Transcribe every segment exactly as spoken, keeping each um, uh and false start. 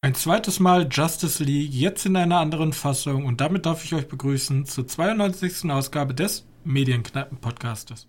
Ein zweites Mal Justice League, jetzt in einer anderen Fassung und damit darf ich euch begrüßen zur zweiundneunzigsten Ausgabe des Medienkneipen-Podcastes.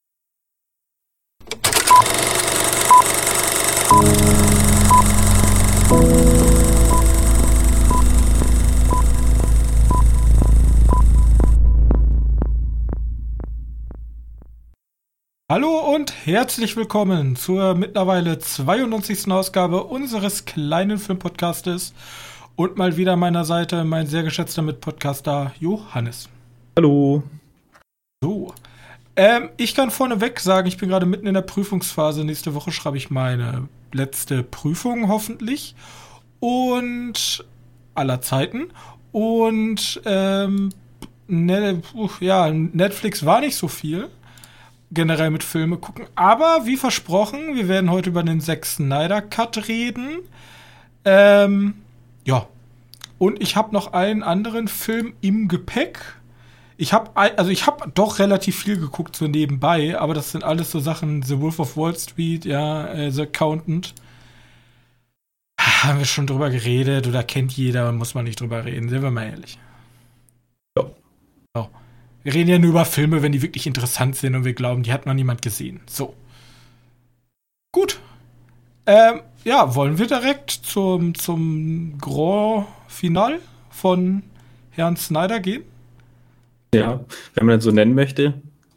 Hallo und herzlich willkommen zur mittlerweile zweiundneunzigsten Ausgabe unseres kleinen Filmpodcastes und mal wieder an meiner Seite mein sehr geschätzter Mitpodcaster Johannes. Hallo. So, ähm, ich kann vorneweg sagen, ich bin gerade mitten in der Prüfungsphase. Nächste Woche schreibe ich meine letzte Prüfung hoffentlich und aller Zeiten und ähm, ne, ja, Netflix war nicht so viel. Generell mit Filme gucken. Aber wie versprochen, wir werden heute über den Zack Snyder Cut reden. Ähm, ja. Und ich habe noch einen anderen Film im Gepäck. Ich habe also ich habe doch relativ viel geguckt so nebenbei, aber das sind alles so Sachen, The Wolf of Wall Street, ja, äh, The Accountant. Haben wir schon drüber geredet oder kennt jeder, muss man nicht drüber reden, sind wir mal ehrlich. Ja. So. Wir reden ja nur über Filme, wenn die wirklich interessant sind und wir glauben, die hat noch niemand gesehen. So. Gut. Ähm, ja, wollen wir direkt zum, zum Grand Final von Herrn Snyder gehen? Ja, wenn man das so nennen möchte.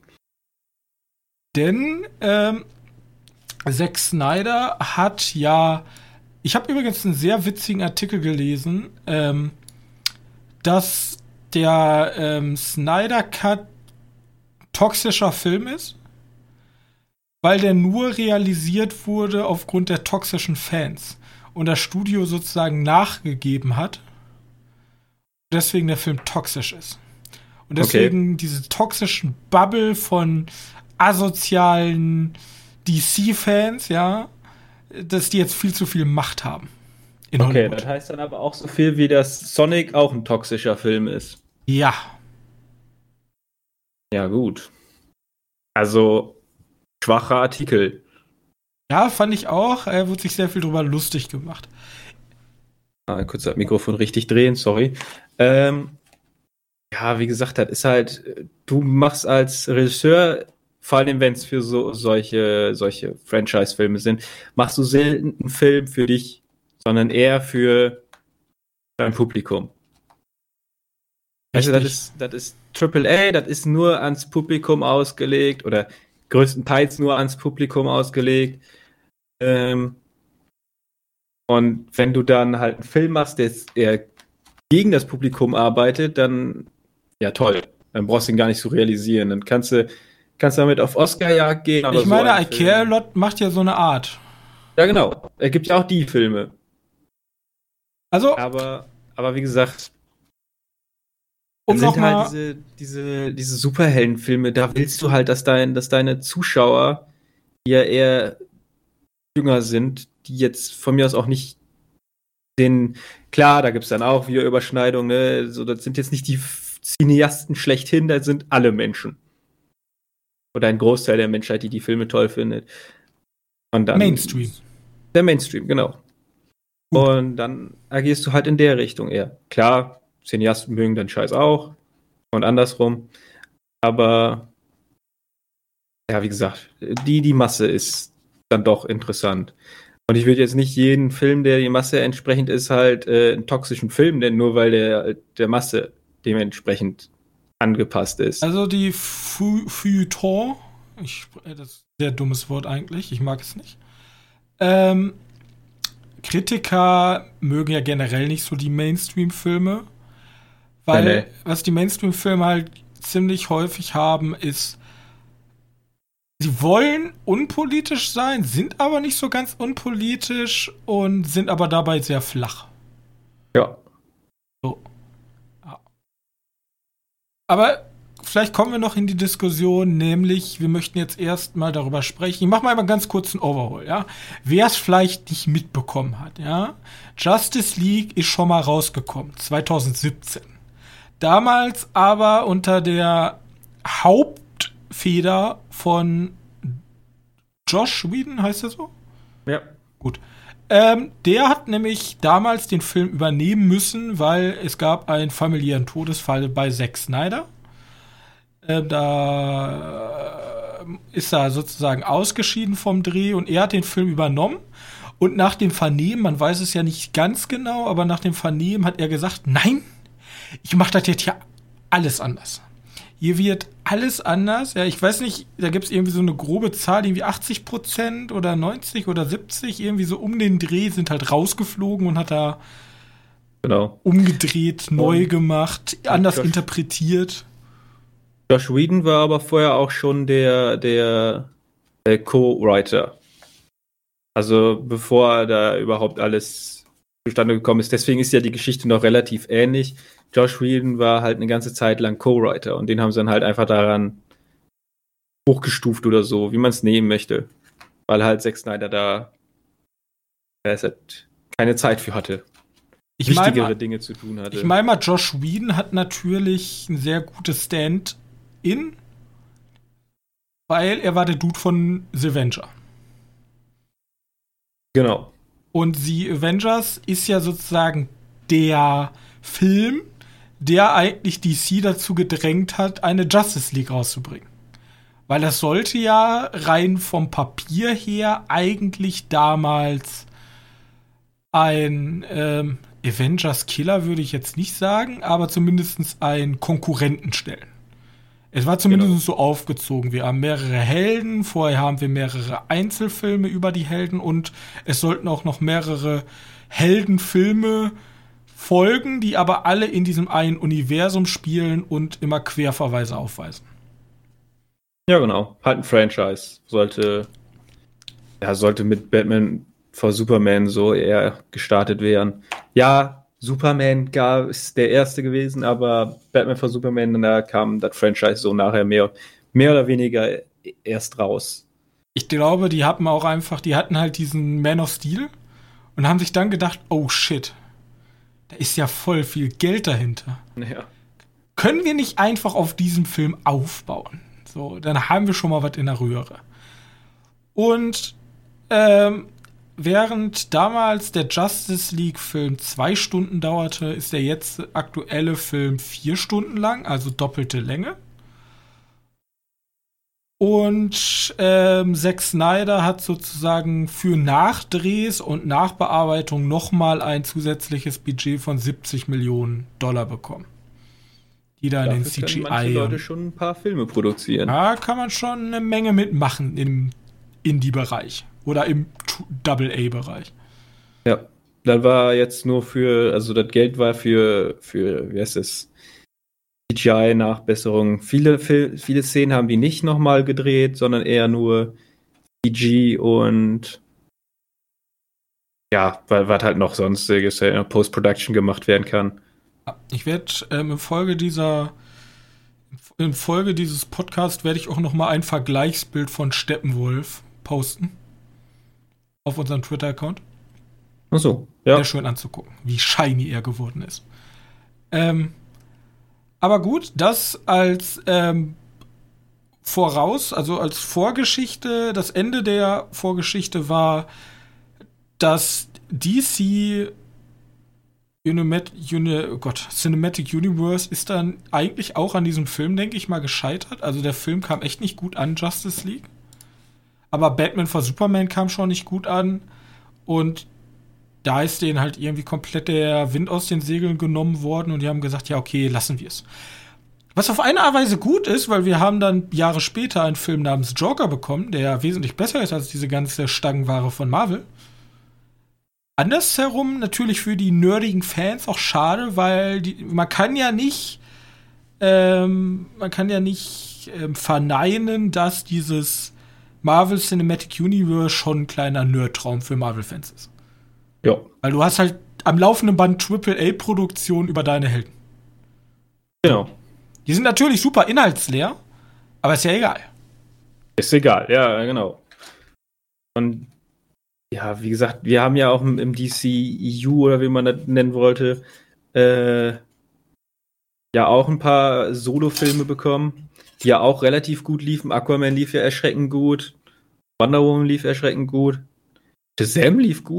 Denn ähm, Zack Snyder hat ja, ich habe übrigens einen sehr witzigen Artikel gelesen, ähm, dass der ähm, Snyder Cut toxischer Film ist, weil der nur realisiert wurde aufgrund der toxischen Fans und das Studio sozusagen nachgegeben hat, deswegen der Film toxisch ist. Und deswegen okay. Diese toxischen Bubble von asozialen D C-Fans, ja, dass die jetzt viel zu viel Macht haben. In okay, Hollywood. Das heißt dann aber auch so viel, wie dass Sonic auch ein toxischer Film ist. Ja. Ja, gut. Also, schwacher Artikel. Ja, fand ich auch. Er wird sich sehr viel drüber lustig gemacht. Ah, kurz das Mikrofon richtig drehen, sorry. Ähm, ja, wie gesagt, das ist halt, du machst als Regisseur, vor allem wenn es für so solche, solche Franchise-Filme sind, machst du selten einen Film für dich, sondern eher für dein Publikum. Also das ist, das ist Triple A, das ist nur ans Publikum ausgelegt oder größtenteils nur ans Publikum ausgelegt. Ähm, und wenn du dann halt einen Film machst, der, der gegen das Publikum arbeitet, dann, ja toll, dann brauchst du ihn gar nicht so realisieren. Dann kannst du, kannst du damit auf Oscar-Jagd gehen. Ich meine, so I Care a Lot macht ja so eine Art. Ja, genau. Er gibt ja auch die Filme. Also. Aber, aber wie gesagt, um sind noch halt mal diese, diese, diese Superheldenfilme, da willst du halt, dass, dein, dass deine Zuschauer, die ja eher jünger sind, die jetzt von mir aus auch nicht den, klar, da gibt es dann auch wieder Überschneidungen, ne? So, das sind jetzt nicht die Cineasten schlechthin, das sind alle Menschen. Oder ein Großteil der Menschheit, die die Filme toll findet. Und dann, Mainstream. Der Mainstream, genau. Gut. Und dann agierst du halt in der Richtung eher. Klar, Cineasten mögen den Scheiß auch und andersrum. Aber ja, wie gesagt, die, die Masse ist dann doch interessant. Und ich würde jetzt nicht jeden Film, der die Masse entsprechend ist, halt äh, einen toxischen Film nennen, nur weil der der Masse dementsprechend angepasst ist. Also die Feuilleton, ich, das ist ein sehr dummes Wort eigentlich, ich mag es nicht. Ähm, Kritiker mögen ja generell nicht so die Mainstream-Filme, weil nee, nee. was die Mainstream-Filme halt ziemlich häufig haben, ist, sie wollen unpolitisch sein, sind aber nicht so ganz unpolitisch und sind aber dabei sehr flach. Ja. So. Ja. Aber vielleicht kommen wir noch in die Diskussion, nämlich, wir möchten jetzt erstmal darüber sprechen. Ich mache mal einen ganz kurzen Overhaul, ja. Wer es vielleicht nicht mitbekommen hat, ja. Justice League ist schon mal rausgekommen, zwanzig siebzehn. Damals aber unter der Hauptfeder von Joss Whedon, heißt er so? Ja. Gut. Ähm, der hat nämlich damals den Film übernehmen müssen, weil es gab einen familiären Todesfall bei Zack Snyder. Äh, da ist er sozusagen ausgeschieden vom Dreh und er hat den Film übernommen. Und nach dem Vernehmen, man weiß es ja nicht ganz genau, aber nach dem Vernehmen hat er gesagt, nein, ich mache das jetzt hier alles anders. Hier wird alles anders. Ja, ich weiß nicht, da gibt es irgendwie so eine grobe Zahl, irgendwie achtzig Prozent oder neunzig oder siebzig, irgendwie so um den Dreh sind halt rausgeflogen und hat da genau. umgedreht, neu und gemacht, anders Josh, interpretiert. Josh Whedon war aber vorher auch schon der, der, der Co-Writer. Also bevor da überhaupt alles zustande gekommen ist. Deswegen ist ja die Geschichte noch relativ ähnlich. Josh Whedon war halt eine ganze Zeit lang Co-Writer und den haben sie dann halt einfach daran hochgestuft oder so, wie man es nehmen möchte. Weil halt Zack Snyder da er halt keine Zeit für hatte. Ich Wichtigere mein, Dinge zu tun hatte. Ich meine mal, Josh Whedon hat natürlich ein sehr gutes Stand-in, weil er war der Dude von The Avenger. Genau. Und The Avengers ist ja sozusagen der Film, der eigentlich D C dazu gedrängt hat, eine Justice League rauszubringen. Weil das sollte ja rein vom Papier her eigentlich damals ein ähm, Avengers Killer, würde ich jetzt nicht sagen, aber zumindest einen Konkurrenten stellen. Es war zumindest genau. so aufgezogen. Wir haben mehrere Helden, vorher haben wir mehrere Einzelfilme über die Helden und es sollten auch noch mehrere Heldenfilme folgen, die aber alle in diesem einen Universum spielen und immer Querverweise aufweisen. Ja, genau. Halt ein Franchise. Sollte, ja, sollte mit Batman vor Superman so eher gestartet werden. Ja, Superman gab, ist der erste gewesen, aber Batman vor Superman, da kam das Franchise so nachher mehr, mehr oder weniger erst raus. Ich glaube, die hatten auch einfach, die hatten halt diesen Man of Steel und haben sich dann gedacht, oh shit, da ist ja voll viel Geld dahinter. Ja. Können wir nicht einfach auf diesem Film aufbauen? So, dann haben wir schon mal was in der Röhre. Und ähm, während damals der Justice League-Film zwei Stunden dauerte, ist der jetzt aktuelle Film vier Stunden lang, also doppelte Länge. Und ähm, Zack Snyder hat sozusagen für Nachdrehs und Nachbearbeitung nochmal ein zusätzliches Budget von siebzig Millionen Dollar bekommen. Die da in den C G I. Manche Leute schon ein paar Filme produzieren. Da kann man schon eine Menge mitmachen im Indie-Bereich. Oder im Double-A-Bereich. Ja, das war jetzt nur für, also das Geld war für, für wie heißt das, C G I-Nachbesserung. Viele, viele Szenen haben die nicht nochmal gedreht, sondern eher nur C G und ja, weil was halt noch sonstiges in Post-Production gemacht werden kann. Ich werde ähm, in Folge dieser in Folge dieses Podcasts werde ich auch nochmal ein Vergleichsbild von Steppenwolf posten. Auf unserem Twitter-Account. Ach so, ja. Sehr schön anzugucken, wie shiny er geworden ist. Ähm, aber gut, das als ähm, Voraus, also als Vorgeschichte, das Ende der Vorgeschichte war, dass D C Unimet, Uni, oh Gott, Cinematic Universe ist dann eigentlich auch an diesem Film, denke ich mal, gescheitert. Also der Film kam echt nicht gut an, Justice League. Aber Batman vor Superman kam schon nicht gut an. Und da ist denen halt irgendwie komplett der Wind aus den Segeln genommen worden. Und die haben gesagt, ja, okay, lassen wir es. Was auf eine Art Weise gut ist, weil wir haben dann Jahre später einen Film namens Joker bekommen, der wesentlich besser ist als diese ganze Stangenware von Marvel. Andersherum natürlich für die nerdigen Fans auch schade, weil die, man kann ja nicht ähm, man kann ja nicht ähm, verneinen, dass dieses Marvel Cinematic Universe schon ein kleiner Nerdtraum für Marvel-Fans ist. Ja. Weil du hast halt am laufenden Band Triple A-Produktion über deine Helden. Genau. Die sind natürlich super inhaltsleer, aber ist ja egal. Ist egal, ja, genau. Und ja, wie gesagt, wir haben ja auch im D C E U oder wie man das nennen wollte, äh, ja auch ein paar Solo-Filme bekommen, die ja auch relativ gut liefen. Aquaman lief ja erschreckend gut. Wonder Woman lief erschreckend gut. Shazam lief gut.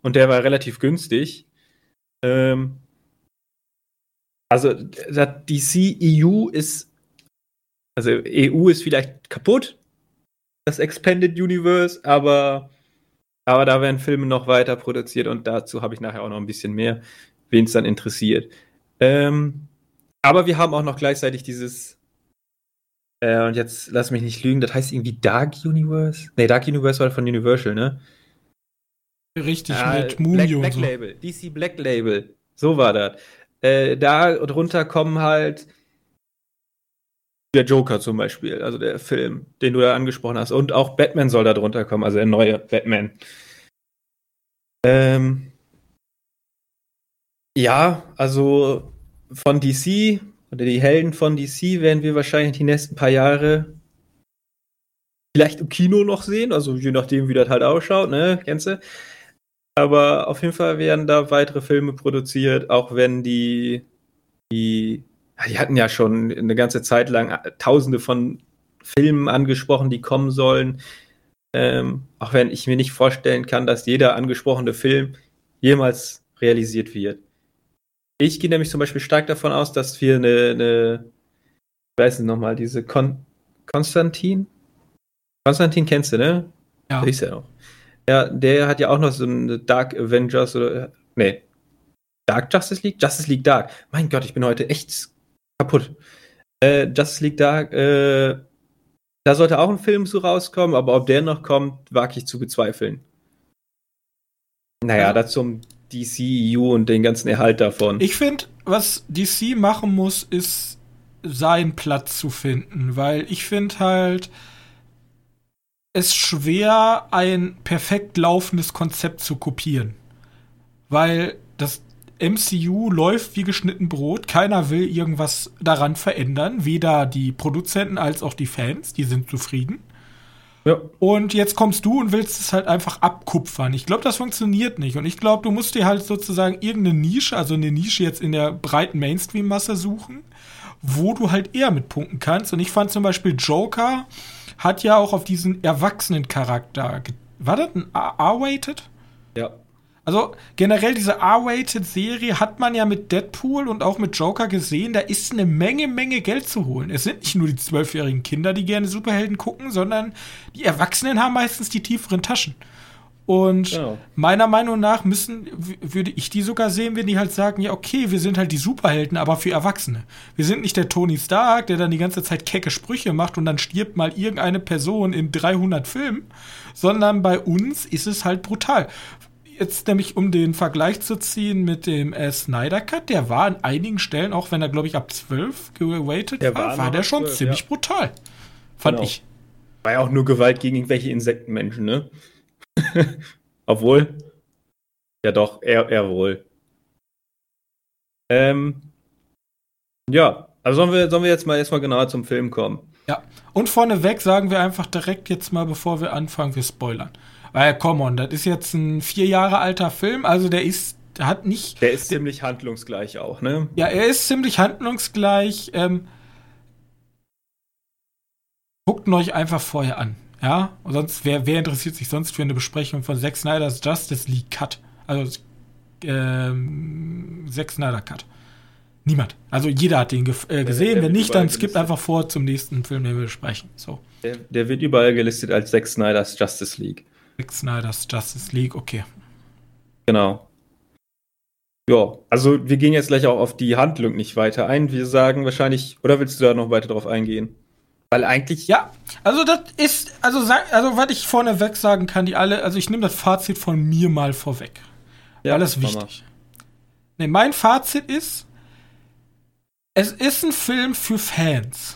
und der war relativ günstig. Ähm, also das D C E U ist, also E U ist vielleicht kaputt, das Expanded Universe, aber, aber da werden Filme noch weiter produziert und dazu habe ich nachher auch noch ein bisschen mehr, wen es dann interessiert. Ähm, aber wir haben auch noch gleichzeitig dieses, äh, und jetzt lass mich nicht lügen, das heißt irgendwie Dark Universe? Ne, Dark Universe war von Universal, ne? Richtig, Ah, mit Mumio Black, und Black so. Label, D C Black Label, so war das. Äh, da drunter kommen halt der Joker zum Beispiel, also der Film, den du da angesprochen hast. Und auch Batman soll da drunter kommen, also der neue Batman. Ähm, ja, also von D C, oder die Helden von D C werden wir wahrscheinlich die nächsten paar Jahre vielleicht im Kino noch sehen, also je nachdem, wie das halt ausschaut, ne, kennst du? Aber auf jeden Fall werden da weitere Filme produziert, auch wenn die, die, ja, die hatten ja schon eine ganze Zeit lang tausende von Filmen angesprochen, die kommen sollen. Ähm, auch wenn ich mir nicht vorstellen kann, dass jeder angesprochene Film jemals realisiert wird. Ich gehe nämlich zum Beispiel stark davon aus, dass wir eine, eine ich weiß nicht nochmal, diese Kon Konstantin? Konstantin kennst du, ne? Ja. Der ist ja auch. Ja, der hat ja auch noch so eine Dark Avengers oder, nee, Dark Justice League? Justice League Dark. Mein Gott, ich bin heute echt kaputt. Äh, Justice League Dark, äh, da sollte auch ein Film so rauskommen, aber ob der noch kommt, wage ich zu bezweifeln. Naja, Ja. dazu zum D C E U und den ganzen Erhalt davon. Ich finde, was D C machen muss, ist seinen Platz zu finden, weil ich finde halt es schwer, ein perfekt laufendes Konzept zu kopieren. Weil das M C U läuft wie geschnitten Brot, keiner will irgendwas daran verändern, weder die Produzenten als auch die Fans, die sind zufrieden. Ja. Und jetzt kommst du und willst es halt einfach abkupfern. Ich glaube, das funktioniert nicht. Und ich glaube, du musst dir halt sozusagen irgendeine Nische, also eine Nische jetzt in der breiten Mainstream-Masse suchen, wo du halt eher mit punkten kannst. Und ich fand zum Beispiel Joker hat ja auch auf diesen Erwachsenen-Charakter. War das ein R-Rated? Ja. Also generell diese R-Rated-Serie hat man ja mit Deadpool und auch mit Joker gesehen, da ist eine Menge, Menge Geld zu holen. Es sind nicht nur die zwölfjährigen Kinder, die gerne Superhelden gucken, sondern die Erwachsenen haben meistens die tieferen Taschen. Und Genau. meiner Meinung nach müssen, w- würde ich die sogar sehen, wenn die halt sagen, ja okay, wir sind halt die Superhelden, aber für Erwachsene. Wir sind nicht der Tony Stark, der dann die ganze Zeit kecke Sprüche macht und dann stirbt mal irgendeine Person in dreihundert Filmen, sondern bei uns ist es halt brutal. Jetzt nämlich, um den Vergleich zu ziehen mit dem äh, Snyder Cut, der war an einigen Stellen, auch wenn er, glaube ich, ab zwölf geratet Der war, war war noch der ab schon zwölf, ziemlich ja. brutal. Fand Genau. ich. War ja auch nur Gewalt gegen irgendwelche Insektenmenschen, ne? Obwohl. Ja doch, eher, eher wohl. Ähm, ja, also sollen wir, sollen wir jetzt mal erstmal genauer zum Film kommen? Ja. Und vorneweg sagen wir einfach direkt jetzt mal, bevor wir anfangen, wir spoilern. Weil, come on, das ist jetzt ein vier Jahre alter Film, also der ist, der hat nicht. Der ist ziemlich handlungsgleich auch, ne? Ja, er ist ziemlich handlungsgleich. Ähm, guckt ihn euch einfach vorher an. Ja, und sonst, wer, wer interessiert sich sonst für eine Besprechung von Zack Snyders Justice League Cut? Also, ähm, Zack Snyder Cut. Niemand. Also, jeder hat den gef- äh, gesehen. der Wenn wird nicht, dann überall skippt gelistet. einfach vor zum nächsten Film, den wir besprechen. So, Der, der wird überall gelistet als Zack Snyders Justice League. Zack Snyders Justice League, okay. Genau. Ja, also wir gehen jetzt gleich auch auf die Handlung nicht weiter ein. Wir sagen wahrscheinlich, oder willst du da noch weiter drauf eingehen? Weil eigentlich, Ja, also das ist, also, sag- also was ich vorneweg sagen kann, die alle, also ich nehme das Fazit von mir mal vorweg. ja, Weil das ist mach mal. wichtig. Nee, mein Fazit ist, es ist ein Film für Fans.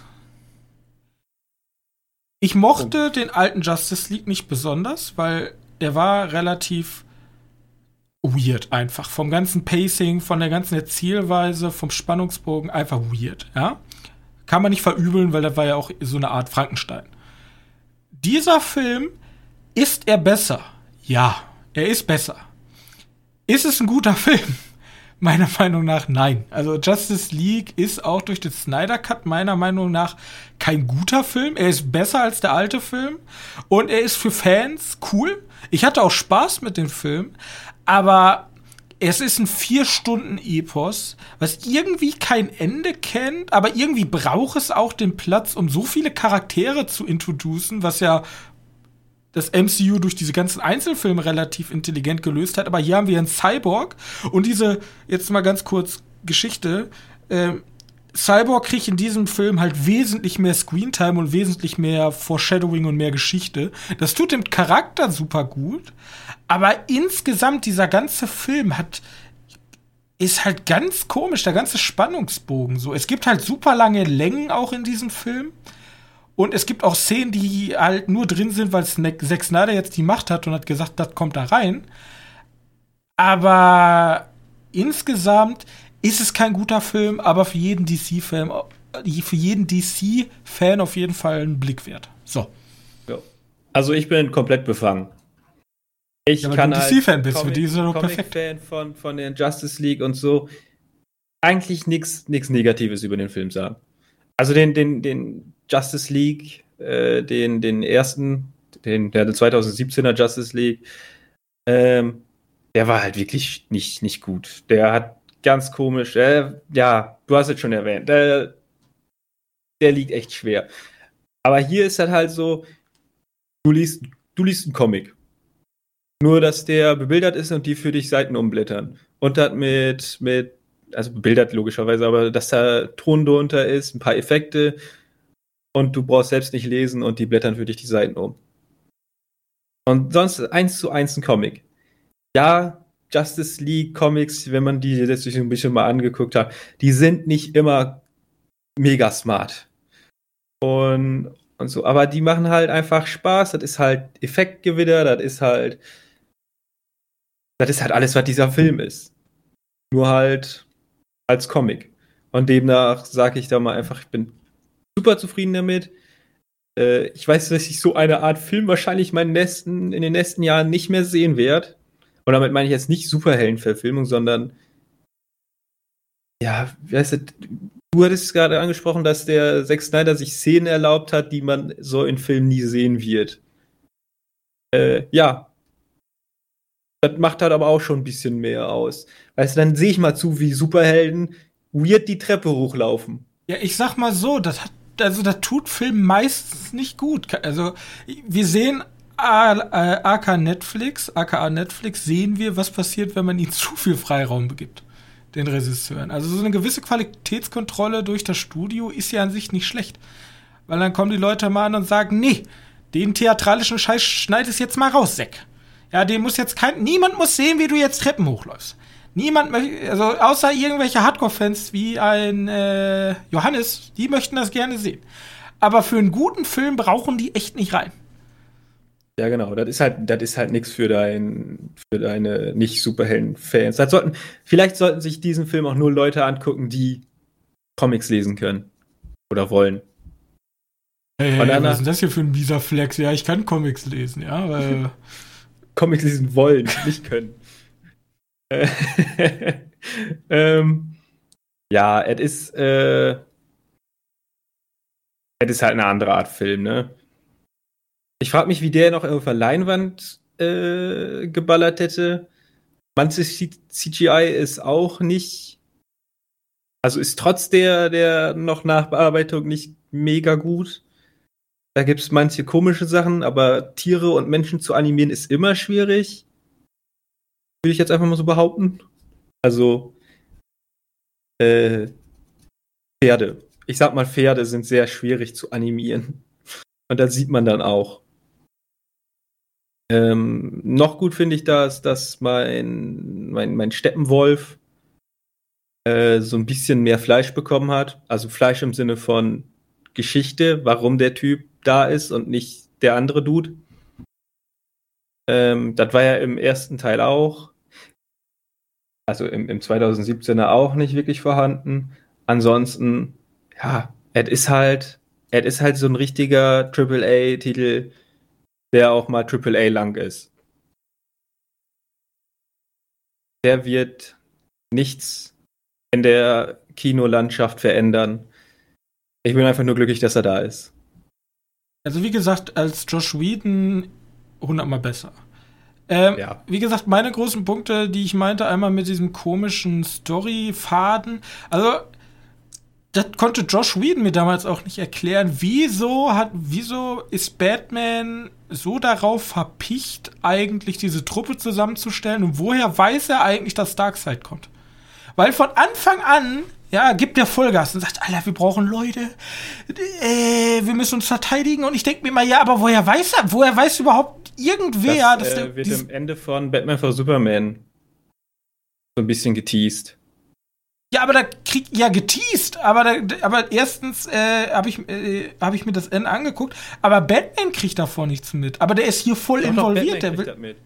Ich mochte den alten Justice League nicht besonders, weil der war relativ weird einfach. Vom ganzen Pacing, von der ganzen Erzählweise, vom Spannungsbogen einfach weird, ja. Kann man nicht verübeln, weil das war ja auch so eine Art Frankenstein. Dieser Film, ist er besser? Ja, er ist besser. Ist es ein guter Film? Meiner Meinung nach nein. Also Justice League ist auch durch den Snyder Cut meiner Meinung nach kein guter Film. Er ist besser als der alte Film und er ist für Fans cool. Ich hatte auch Spaß mit dem Film, Aber es ist ein Vier-Stunden-Epos, was irgendwie kein Ende kennt, aber irgendwie braucht es auch den Platz, um so viele Charaktere zu introducen, was ja das M C U durch diese ganzen Einzelfilme relativ intelligent gelöst hat. Aber hier haben wir einen Cyborg und diese, jetzt mal ganz kurz Geschichte, ähm, Cyborg kriegt in diesem Film halt wesentlich mehr Screentime und wesentlich mehr Foreshadowing und mehr Geschichte. Das tut dem Charakter super gut, aber insgesamt dieser ganze Film hat ist halt ganz komisch, der ganze Spannungsbogen so. Es gibt halt super lange Längen auch in diesem Film. Und es gibt auch Szenen, die halt nur drin sind, weil Zack Snyder jetzt die Macht hat und hat gesagt, das kommt da rein. Aber insgesamt ist es kein guter Film, aber für jeden D C-Fan, für jeden D C-Fan auf jeden Fall ein Blick wert. So. Ja. Also ich bin komplett befangen. Ich ja, kann du als D C-Fan bist, Comic, für die ist er doch perfekt. Comic-Fan von, von der Justice League und so eigentlich nichts Negatives über den Film sagen. Also den, den, den Justice League, äh, den, den ersten, den, der zweitausendsiebzehner Justice League, ähm, der war halt wirklich nicht, nicht gut. Der hat ganz komisch, äh, ja, du hast es schon erwähnt, der, der liegt echt schwer. Aber hier ist halt halt so, du liest, du liest einen Comic. Nur, dass der bebildert ist und die für dich Seiten umblättern. Und hat mit, mit, also bebildert logischerweise, aber dass da Ton drunter ist, ein paar Effekte und du brauchst selbst nicht lesen und die blättern für dich die Seiten um. Und sonst eins zu eins ein Comic. Ja, Justice League Comics, wenn man die jetzt sich ein bisschen mal angeguckt hat, die sind nicht immer mega smart. Und, und so, aber die machen halt einfach Spaß, das ist halt Effektgewitter, das ist halt das ist halt alles, was dieser Film ist. Nur halt als Comic. Und demnach sage ich da mal einfach, ich bin super zufrieden damit. Äh, ich weiß, dass ich so eine Art Film wahrscheinlich meinen nächsten, in den nächsten Jahren nicht mehr sehen werde. Und damit meine ich jetzt nicht Superheldenverfilmung, sondern ja, wie heißt das? Du hattest gerade angesprochen, dass der Zack Snyder sich Szenen erlaubt hat, die man so in Filmen nie sehen wird. Äh, ja. Das macht halt aber auch schon ein bisschen mehr aus. Weißt du, dann sehe ich mal zu, wie Superhelden weird die Treppe hochlaufen. Ja, ich sag mal so, das hat, also das tut Film meistens nicht gut. Also, wir sehen A K Netflix, aka Netflix, sehen wir, was passiert, wenn man ihnen zu viel Freiraum begibt, den Regisseuren. Also so eine gewisse Qualitätskontrolle durch das Studio ist ja an sich nicht schlecht. Weil dann kommen die Leute mal an und sagen, nee, den theatralischen Scheiß schneid es jetzt mal raus, Zack. Ja, den muss jetzt kein, niemand muss sehen, wie du jetzt Treppen hochläufst. Niemand möchte, also außer irgendwelche Hardcore-Fans wie ein äh, Johannes, die möchten das gerne sehen. Aber für einen guten Film brauchen die echt nicht rein. Ja, genau. Das ist halt, das ist halt nichts für dein, für deine nicht Superhelden-Fans. Das sollten, vielleicht sollten sich diesen Film auch nur Leute angucken, die Comics lesen können oder wollen. Hey, hey, was ist denn das hier für ein mieser Flex? Ja, ich kann Comics lesen, ja. Äh. Comics lesen wollen, nicht können. ähm, ja, es ist, äh, es ist halt eine andere Art Film, ne? Ich frage mich, wie der noch auf der Leinwand äh, geballert hätte. Manches C G I ist auch nicht, also ist trotz der, der noch Nachbearbeitung nicht mega gut. Da gibt es manche komische Sachen, aber Tiere und Menschen zu animieren ist immer schwierig. Würde ich jetzt einfach mal so behaupten. Also, äh, Pferde. Ich sag mal, Pferde sind sehr schwierig zu animieren. Und das sieht man dann auch. Ähm, noch gut finde ich das, dass mein, mein, mein Steppenwolf äh, so ein bisschen mehr Fleisch bekommen hat. Also Fleisch im Sinne von Geschichte, warum der Typ da ist und nicht der andere Dude. Ähm, das war ja im ersten Teil auch. Also im, im zweitausendsiebzehner auch nicht wirklich vorhanden. Ansonsten, ja, es ist halt, es ist halt so ein richtiger Triple A-Titel, der auch mal Triple A lang ist. Der wird nichts in der Kinolandschaft verändern. Ich bin einfach nur glücklich, dass er da ist. Also wie gesagt, als Joss Whedon hundertmal besser. Ähm, Ja. Wie gesagt, meine großen Punkte, die ich meinte, einmal mit diesem komischen Story-Faden. Also, das konnte Josh Whedon mir damals auch nicht erklären. Wieso hat, wieso ist Batman so darauf verpicht, eigentlich diese Truppe zusammenzustellen? Und woher weiß er eigentlich, dass Darkseid kommt? Weil von Anfang an, ja, gibt der Vollgas und sagt, Alter, wir brauchen Leute, äh, wir müssen uns verteidigen. Und ich denke mir mal, ja, aber woher weiß er, woher weiß überhaupt irgendwer, das dass äh, der, wird dieses, am Ende von Batman vor Superman so ein bisschen geteased. ja, aber da krieg ja geteased, aber da, aber erstens äh, habe ich äh, habe ich mir das Ende angeguckt, aber Batman kriegt davon nichts mit. Aber der ist hier voll Doch, doch, involviert, Batman der will. kriegt das mit.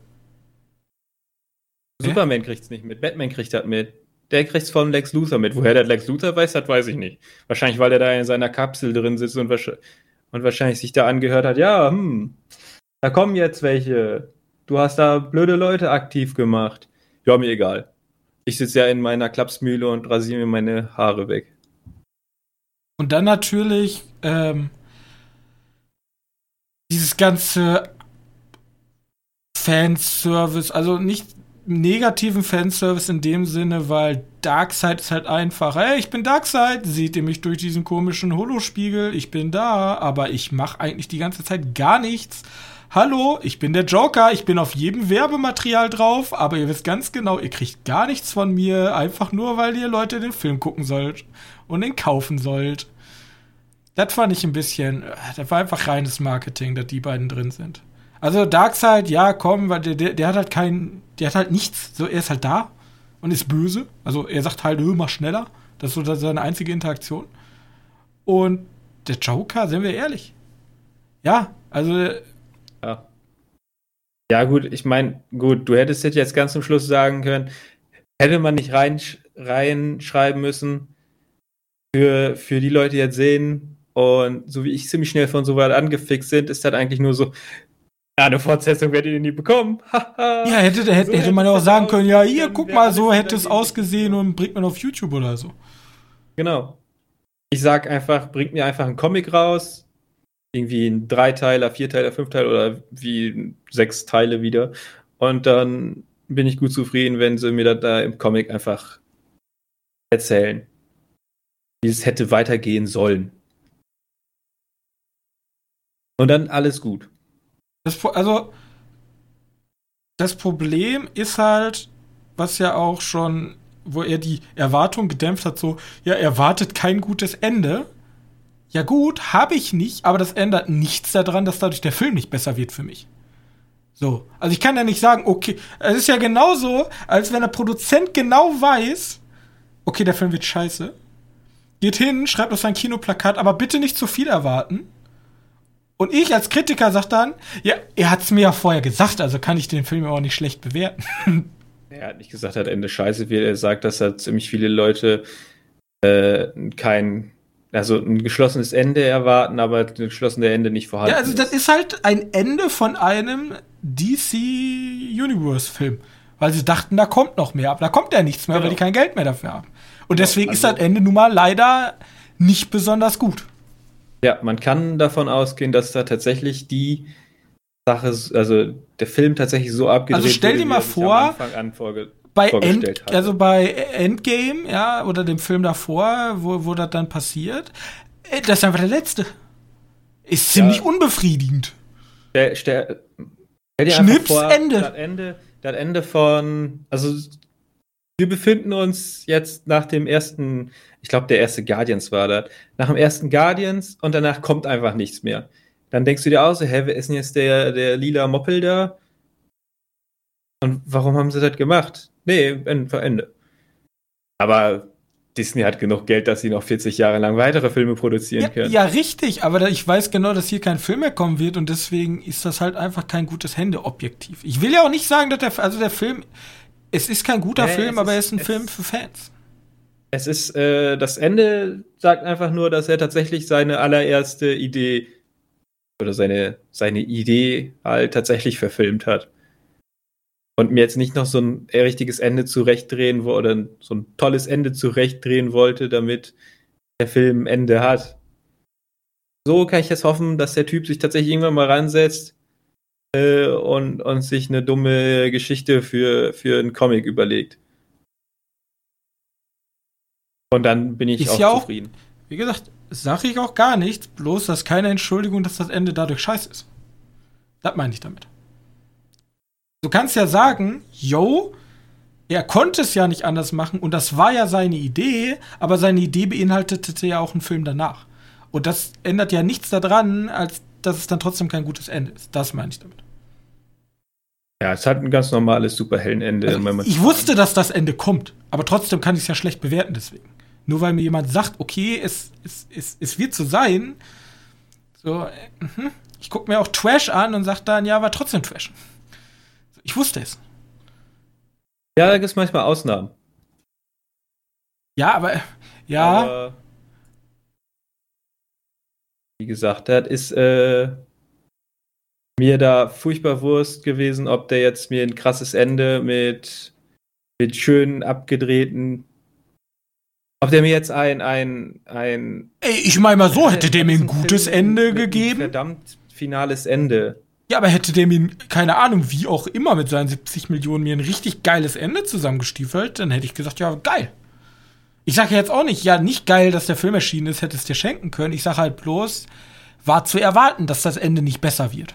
Hä? Superman kriegt's nicht mit, Batman kriegt das mit. Der kriegt's von Lex Luthor mit. Woher der Lex Luthor weiß, das weiß ich nicht. Wahrscheinlich, weil er da in seiner Kapsel drin sitzt und, wahrscheinlich, und wahrscheinlich sich da angehört hat, ja, hm, da kommen jetzt welche. Du hast da blöde Leute aktiv gemacht. Ja, mir egal. Ich sitze ja in meiner Klapsmühle und rasiere mir meine Haare weg. Und dann natürlich ähm, dieses ganze Fanservice, also nicht negativen Fanservice in dem Sinne, weil Darkseid ist halt einfach, hey, ich bin Darkseid, seht ihr mich durch diesen komischen Holospiegel, ich bin da, aber ich mache eigentlich die ganze Zeit gar nichts. Hallo, ich bin der Joker, ich bin auf jedem Werbematerial drauf, aber ihr wisst ganz genau, ihr kriegt gar nichts von mir, einfach nur, weil ihr Leute den Film gucken sollt und den kaufen sollt. Das fand ich ein bisschen, das war einfach reines Marketing, dass die beiden drin sind. Also Darkseid, ja, komm, weil der, der, der hat halt kein, der hat halt nichts, so, er ist halt da und ist böse. Also er sagt halt, mach schneller. Das ist so seine einzige Interaktion. Und der Joker, sind wir ehrlich. Ja, also Ja. Ja, gut, ich meine, gut, du hättest jetzt ganz zum Schluss sagen können, hätte man nicht rein, reinschreiben müssen, für, für die Leute, die jetzt sehen, und so wie ich ziemlich schnell von so weit angefixt sind, ist das eigentlich nur so, ja, eine Fortsetzung werdet ihr nie bekommen. ja, hätte, hätte, So hätte man ja auch hätte es sagen können, ja, hier, ausgesehen, guck wäre mal, alles so wieder hätte es ähnlich ausgesehen gewesen. und bringt man auf YouTube oder so. Genau. Ich sag einfach, bringt mir einfach einen Comic raus, irgendwie ein Dreiteiler, Vierteiler, Fünfteiler oder wie sechs Teile wieder. Und dann bin ich gut zufrieden, wenn sie mir das da im Comic einfach erzählen, wie es hätte weitergehen sollen. Und dann alles gut. Das, Pro- also, das Problem ist halt, was ja auch schon, wo er die Erwartung gedämpft hat, so, ja, er erwartet kein gutes Ende. Ja gut, habe ich nicht, aber das ändert nichts daran, dass dadurch der Film nicht besser wird für mich. So, also ich kann ja nicht sagen, okay, es ist ja genauso, als wenn der Produzent genau weiß, okay, der Film wird scheiße, geht hin, schreibt auf sein Kinoplakat, aber bitte nicht zu viel erwarten. Und ich als Kritiker sag dann, ja, er hat's mir ja vorher gesagt, also kann ich den Film auch nicht schlecht bewerten. Er hat nicht gesagt, dass Ende scheiße wird. Er sagt, dass da ziemlich viele Leute äh, kein, also ein geschlossenes Ende erwarten, aber ein geschlossenes Ende nicht vorhanden Ja, also das ist. ist halt ein Ende von einem D C Universe Film. Weil sie dachten, da kommt noch mehr, aber da kommt ja nichts mehr, Genau. weil die kein Geld mehr dafür haben. Und Genau, deswegen ist also- das Ende nun mal leider nicht besonders gut. Ja, man kann davon ausgehen, dass da tatsächlich die Sache, also der Film tatsächlich so abgedreht Also stell dir wurde, wie mal er sich vor, am Anfang an vorge Bei, vorgestellt End, hatte. also bei Endgame, ja, oder dem Film davor, wo, wo das dann passiert, äh, das ist einfach der letzte. Ist ziemlich Ja. unbefriedigend. Stell, stell, stell dir Schnips, einfach vor, Ende. Das Ende, das Ende von, also wir befinden uns jetzt nach dem ersten, ich glaube der erste Guardians war das, nach dem ersten Guardians und danach kommt einfach nichts mehr. Dann denkst du dir auch so, hä, wer ist denn jetzt der, der lila Moppel da? Und warum haben sie das gemacht? Nee, Ende, Ende. Aber Disney hat genug Geld, dass sie noch vierzig Jahre lang weitere Filme produzieren Ja, können. ja, richtig, aber da, ich weiß genau, dass hier kein Film mehr kommen wird und deswegen ist das halt einfach kein gutes Ende objektiv. Ich will ja auch nicht sagen, dass der, also der Film, es ist kein guter Nee, Film, es aber er ist- ist ein es- Film für Fans. Es ist, äh, das Ende sagt einfach nur, dass er tatsächlich seine allererste Idee oder seine, seine Idee halt tatsächlich verfilmt hat. Und mir jetzt nicht noch so ein richtiges Ende zurechtdrehen wo, oder so ein tolles Ende zurechtdrehen wollte, damit der Film ein Ende hat. So kann ich jetzt hoffen, dass der Typ sich tatsächlich irgendwann mal ransetzt äh, und, und sich eine dumme Geschichte für, für einen Comic überlegt. Und dann bin ich Ist auch ja auch, zufrieden. wie gesagt, sage ich auch gar nichts, bloß das ist keine Entschuldigung, dass das Ende dadurch scheiße ist. Das meine ich damit. Du kannst ja sagen, yo, er konnte es ja nicht anders machen und das war ja seine Idee, aber seine Idee beinhaltete ja auch einen Film danach. Und das ändert ja nichts daran, als dass es dann trotzdem kein gutes Ende ist. Das meine ich damit. Ja, es hat ein ganz normales Superheldenende. Also, ich wusste, dass das Ende kommt, aber trotzdem kann ich es ja schlecht bewerten deswegen. Nur weil mir jemand sagt, okay, es, es, es, es wird so sein, so, äh, ich gucke mir auch Trash an und sage dann, ja, war trotzdem Trash. Ich wusste es. Ja, da gibt es manchmal Ausnahmen. Ja, aber, ja. Aber, wie gesagt, das ist äh, mir da furchtbar Wurst gewesen, ob der jetzt mir ein krasses Ende mit, mit schönen, abgedrehten, ob der mir jetzt ein, ein, ein Ey, ich meine mal so, hätte der mir ein gutes Ende gegeben. Ein verdammt finales Ende. Ja, aber hätte der mir, keine Ahnung, wie auch immer mit seinen siebzig Millionen mir ein richtig geiles Ende zusammengestiefelt, dann hätte ich gesagt, ja, geil. Ich sage jetzt auch nicht, ja, nicht geil, dass der Film erschienen ist, hätte es dir schenken können. Ich sage halt bloß, war zu erwarten, dass das Ende nicht besser wird.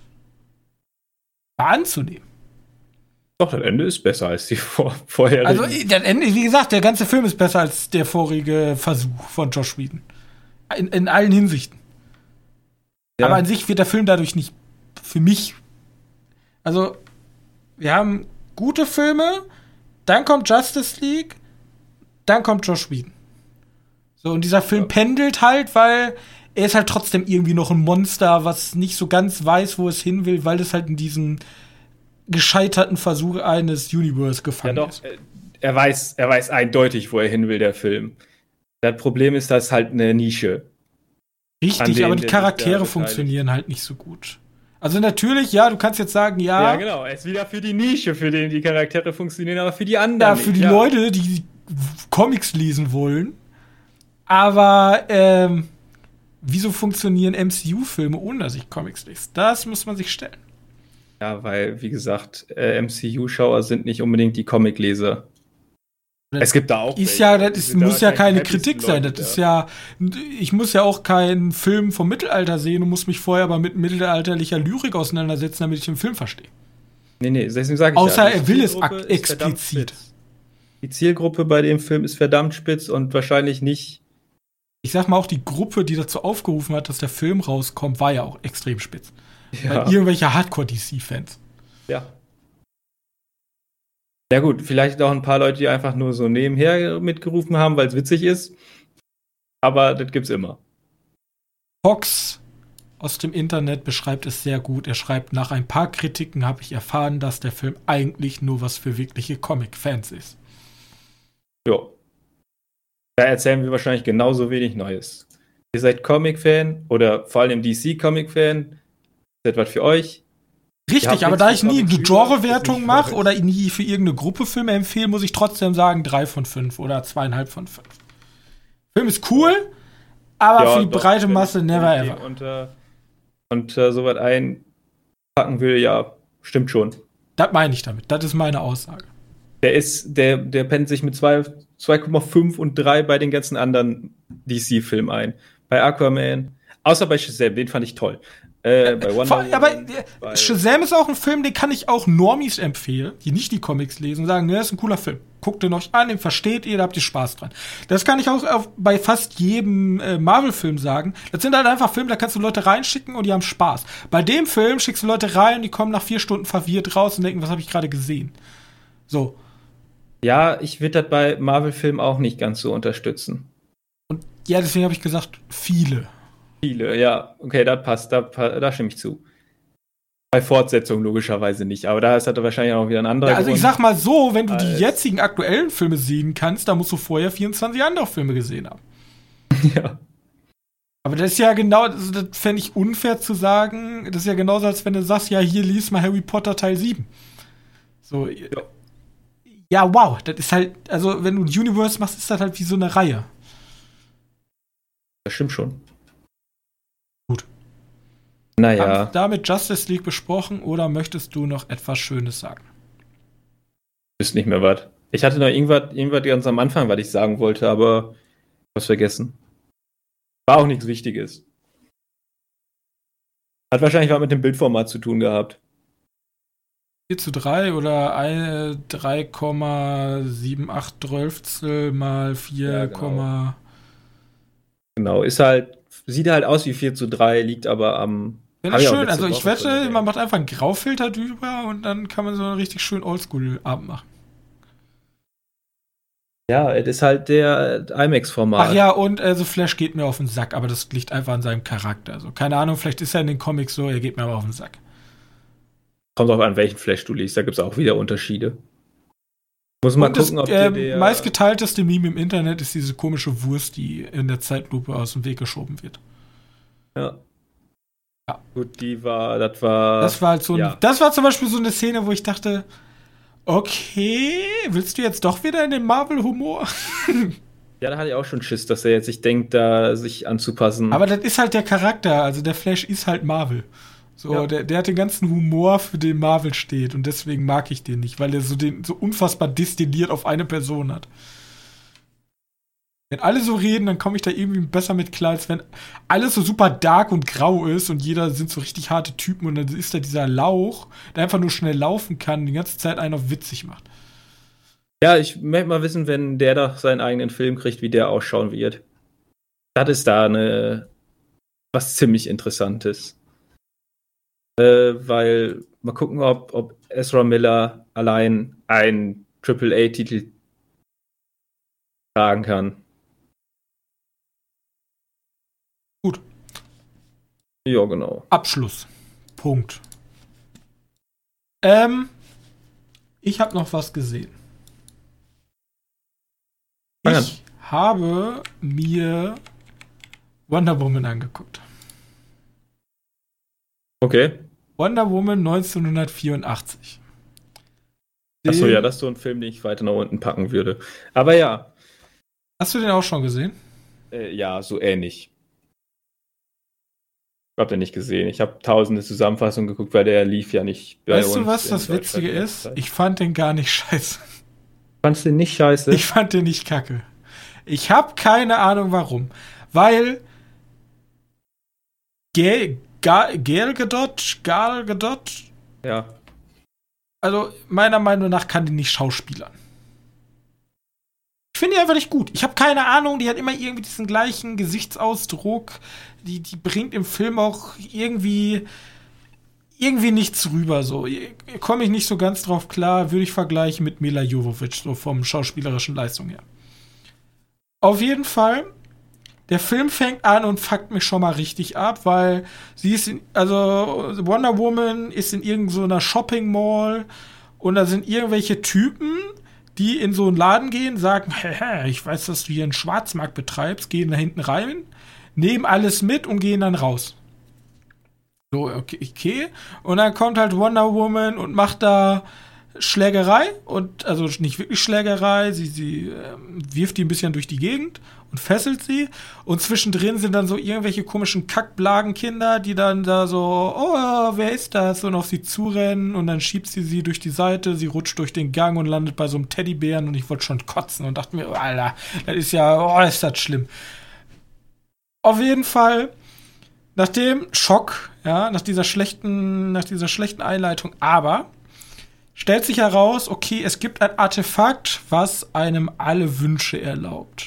War anzunehmen. Doch, das Ende ist besser als die vor vorherigen. Also, das Ende, wie gesagt, der ganze Film ist besser als der vorige Versuch von Joss Whedon. In, in allen Hinsichten. Ja. Aber an sich wird der Film dadurch nicht für mich. Also, wir haben gute Filme, dann kommt Justice League, dann kommt Joss Whedon. So, und dieser Film ja. pendelt halt, weil er ist halt trotzdem irgendwie noch ein Monster, was nicht so ganz weiß, wo es hin will, weil es halt in diesem gescheiterten Versuch eines Universe gefangen ja, doch, ist. Er weiß, er weiß eindeutig, wo er hin will, der Film. Das Problem ist, das ist halt eine Nische. Richtig, aber die Charaktere funktionieren halt nicht so gut. Also natürlich, ja, du kannst jetzt sagen, ja. Ja, genau, es ist wieder für die Nische, für den die Charaktere funktionieren, aber für die anderen Ja, nicht. für die ja. Leute, die Comics lesen wollen. Aber, ähm, wieso funktionieren M C U-Filme, ohne dass ich Comics lese? Das muss man sich stellen. Ja, weil, wie gesagt, äh, M C U-Schauer sind nicht unbedingt die Comicleser. Es gibt da auch. Ist ja, das ist, muss ja keine Kritik sein. Das ist ja, ich muss ja auch keinen Film vom Mittelalter sehen und muss mich vorher aber mit mittelalterlicher Lyrik auseinandersetzen, damit ich den Film verstehe. Nee, nee, deswegen sage ich Außer ja, er will es explizit. Die Zielgruppe bei dem Film ist verdammt spitz und wahrscheinlich nicht. Ich sag mal, auch die Gruppe, die dazu aufgerufen hat, dass der Film rauskommt, war ja auch extrem spitz. Ja. Weil irgendwelche Hardcore-D C-Fans. Ja. Ja gut, vielleicht auch ein paar Leute, die einfach nur so nebenher mitgerufen haben, weil es witzig ist. Aber das gibt's immer. Fox aus dem Internet beschreibt es sehr gut. Er schreibt, nach ein paar Kritiken habe ich erfahren, dass der Film eigentlich nur was für wirkliche Comic-Fans ist. Ja. Da erzählen wir wahrscheinlich genauso wenig Neues. Ihr seid Comic-Fan oder vor allem D C-Comic-Fan. Ist das was für euch? Richtig, aber da ich nie eine Genre-Wertung mache oder nie für irgendeine Gruppe Filme empfehle, muss ich trotzdem sagen drei von fünf oder zweieinhalb von fünf. Film ist cool, aber ja, für die doch, breite Masse never ever. Unter, unter so was einpacken will, ja, stimmt schon. Das meine ich damit, das ist meine Aussage. Der ist, der, der pennt sich mit zwei Komma fünf und drei bei den ganzen anderen D C-Filmen ein. Bei Aquaman, außer bei Shazam, den fand ich toll. Äh, bei Wonder Woman, aber bei Shazam ist auch ein Film, den kann ich auch Normies empfehlen, die nicht die Comics lesen und sagen, ne, das ist ein cooler Film. Guckt den euch an, den versteht ihr, da habt ihr Spaß dran. Das kann ich auch auf, bei fast jedem äh, Marvel-Film sagen. Das sind halt einfach Filme, da kannst du Leute reinschicken und die haben Spaß. Bei dem Film schickst du Leute rein, die kommen nach vier Stunden verwirrt raus und denken, was habe ich gerade gesehen? So. Ja, ich würde das bei Marvel-Filmen auch nicht ganz so unterstützen. Und ja, deswegen habe ich gesagt, viele. Viele, ja. Okay, das passt, da, da stimme ich zu. Bei Fortsetzung logischerweise nicht, aber da ist das wahrscheinlich auch wieder ein anderer ja, also Grund. Ich sag mal so, wenn du die jetzigen aktuellen Filme sehen kannst, dann musst du vorher vierundzwanzig andere Filme gesehen haben. Ja. Aber das ist ja genau, das, das fände ich unfair zu sagen, das ist ja genauso, als wenn du sagst, ja, hier lies mal Harry Potter Teil sieben. So, ja. Ja, wow, das ist halt, also wenn du ein Universe machst, ist das halt wie so eine Reihe. Das stimmt schon. Gut. Naja. Haben damit Justice League besprochen oder möchtest du noch etwas Schönes sagen? Ist nicht mehr was. Ich hatte noch irgendwas, irgendwas ganz am Anfang, was ich sagen wollte, aber was vergessen. War auch nichts Wichtiges. Hat wahrscheinlich was mit dem Bildformat zu tun gehabt. vier zu drei oder eine drei Komma sieben acht Zwölftel mal vier, Ja, genau. Genau, ist halt, sieht halt aus wie vier zu drei, liegt aber am. Wäre hab das ich auch schön. letzte Also ich Woche schon wette, man erwähnt. macht einfach einen Graufilter drüber und dann kann man so einen richtig schönen Oldschool-Abend machen. Ja, es ist halt der Ach IMAX-Format. ja, und also Flash geht mir auf den Sack, aber das liegt einfach an seinem Charakter. Also keine Ahnung, vielleicht ist er in den Comics so, er geht mir aber auf den Sack. Kommt auch an, welchen Flash du liest, da gibt es auch wieder Unterschiede. Muss mal Und gucken, das ob dir ähm, der. meistgeteilteste Meme im Internet ist diese komische Wurst, die in der Zeitlupe aus dem Weg geschoben wird. Ja. Ja. Gut, die war, das war. Das war halt so ein, ja. das war zum Beispiel so eine Szene, wo ich dachte, okay, willst du jetzt doch wieder in den Marvel-Humor? Ja, da hatte ich auch schon Schiss, dass er jetzt sich denkt, da sich anzupassen. Aber das ist halt der Charakter, also der Flash ist halt Marvel. So, Ja. der, der hat den ganzen Humor, für den Marvel steht und deswegen mag ich den nicht, weil er so den so unfassbar destilliert auf eine Person hat. Wenn alle so reden, dann komme ich da irgendwie besser mit klar, als wenn alles so super dark und grau ist und jeder sind so richtig harte Typen und dann ist da dieser Lauch, der einfach nur schnell laufen kann und die ganze Zeit einen auf witzig macht. Ja, ich möchte mal wissen, wenn der doch seinen eigenen Film kriegt, wie der ausschauen wird. Das ist da eine was ziemlich Interessantes. Äh, weil mal gucken, ob, ob Ezra Miller allein einen Triple A-Titel tragen kann. Gut. Ja, genau. Abschluss. Punkt. Ähm, ich habe noch was gesehen. Fang an. Ich habe mir Wonder Woman angeguckt. Okay. Wonder Woman neunzehnhundertvierundachtzig. Achso, Den- ja, das ist so ein Film, den ich weiter nach unten packen würde. Aber ja, Hast du den auch schon gesehen? äh, ja, so ähnlich. Ich hab den nicht gesehen. Ich habe tausende Zusammenfassungen geguckt, weil der lief ja nicht bei Weißt du, uns was in das Deutschland Witzige die ganze ist? Zeit. Ich fand den gar nicht scheiße. Fandst du den nicht scheiße? Ich fand den nicht kacke. Ich habe keine Ahnung warum. Weil Gal, Gal, Gal Gadot, Gal Gadot, ja. also meiner Meinung nach kann die nicht schauspielern. Ich finde die einfach nicht gut. Ich habe keine Ahnung, die hat immer irgendwie diesen gleichen Gesichtsausdruck. Die, die bringt im Film auch irgendwie irgendwie nichts rüber. So komme ich nicht so ganz drauf klar. Würde ich vergleichen mit Mila Jovovich, so vom schauspielerischen Leistung her. Auf jeden Fall, der Film fängt an und fuckt mich schon mal richtig ab, weil sie ist in, also Wonder Woman ist in irgendeiner Shopping Mall und da sind irgendwelche Typen, die in so einen Laden gehen, sagen, hä, ich weiß, dass du hier einen Schwarzmarkt betreibst, gehen da hinten rein, nehmen alles mit und gehen dann raus. So, okay, okay. Und dann kommt halt Wonder Woman und macht da Schlägerei und also nicht wirklich Schlägerei, sie, sie ähm, wirft die ein bisschen durch die Gegend und fesselt sie und zwischendrin sind dann so irgendwelche komischen Kackblagenkinder, die dann da so, oh, wer ist das? Und auf sie zurennen und dann schiebt sie sie durch die Seite, sie rutscht durch den Gang und landet bei so einem Teddybären und ich wollte schon kotzen und dachte mir, oh, Alter, das ist ja, oh, ist das schlimm. Auf jeden Fall, nach dem Schock, ja, nach dieser schlechten, nach dieser schlechten Einleitung, aber stellt sich heraus, okay, es gibt ein Artefakt, was einem alle Wünsche erlaubt.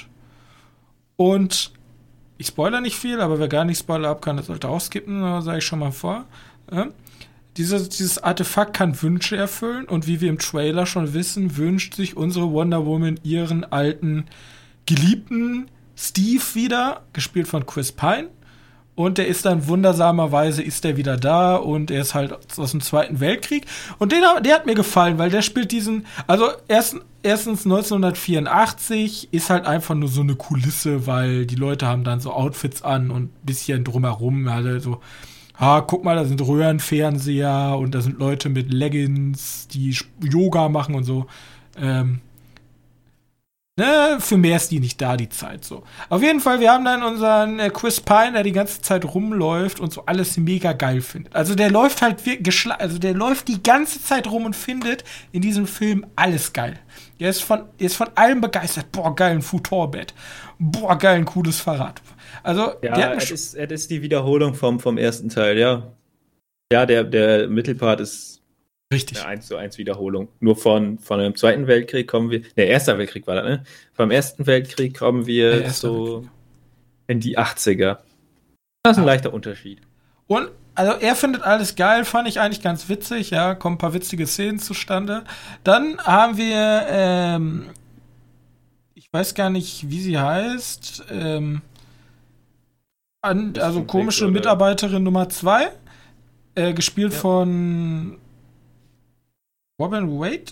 Und ich spoilere nicht viel, aber wer gar nicht Spoiler ab kann, der sollte auch skippen, sage ich schon mal vor. Ja? Dieses, dieses Artefakt kann Wünsche erfüllen und wie wir im Trailer schon wissen, wünscht sich unsere Wonder Woman ihren alten Geliebten Steve wieder, gespielt von Chris Pine. Und der ist dann wundersamerweise ist der wieder da und er ist halt aus dem Zweiten Weltkrieg. Und den, der hat mir gefallen, weil der spielt diesen, also erst, erstens neunzehnhundertvierundachtzig ist halt einfach nur so eine Kulisse, weil die Leute haben dann so Outfits an und ein bisschen drumherum, also so, ah, guck mal, da sind Röhrenfernseher und da sind Leute mit Leggings, die Yoga machen und so. Ähm, Ne, für mehr ist die nicht da, die Zeit so. Auf jeden Fall, wir haben dann unseren äh, Chris Pine, der die ganze Zeit rumläuft und so alles mega geil findet. Also der läuft halt wirklich, also der läuft die ganze Zeit rum und findet in diesem Film alles geil. Der ist von, der ist von allem begeistert. Boah, geil, ein Futorbett. Boah, geil, ein cooles Fahrrad. Also, Ja, der hat es ist, es ist die Wiederholung vom, vom ersten Teil, ja. Ja, der, der Mittelpart ist richtig. eine eins zu eins Wiederholung. Nur von, von dem Zweiten Weltkrieg kommen wir, der Erster Weltkrieg war das, ne? Vom Ersten Weltkrieg kommen wir Der so Weltkrieg. in die achtziger. Das ist ein Ah. leichter Unterschied. Und also er findet alles geil, fand ich eigentlich ganz witzig, ja, kommen ein paar witzige Szenen zustande. Dann haben wir, ähm, ich weiß gar nicht, wie sie heißt, ähm, an, also komische oder? Mitarbeiterin Nummer zwei, äh, gespielt Ja. von Robin Wade?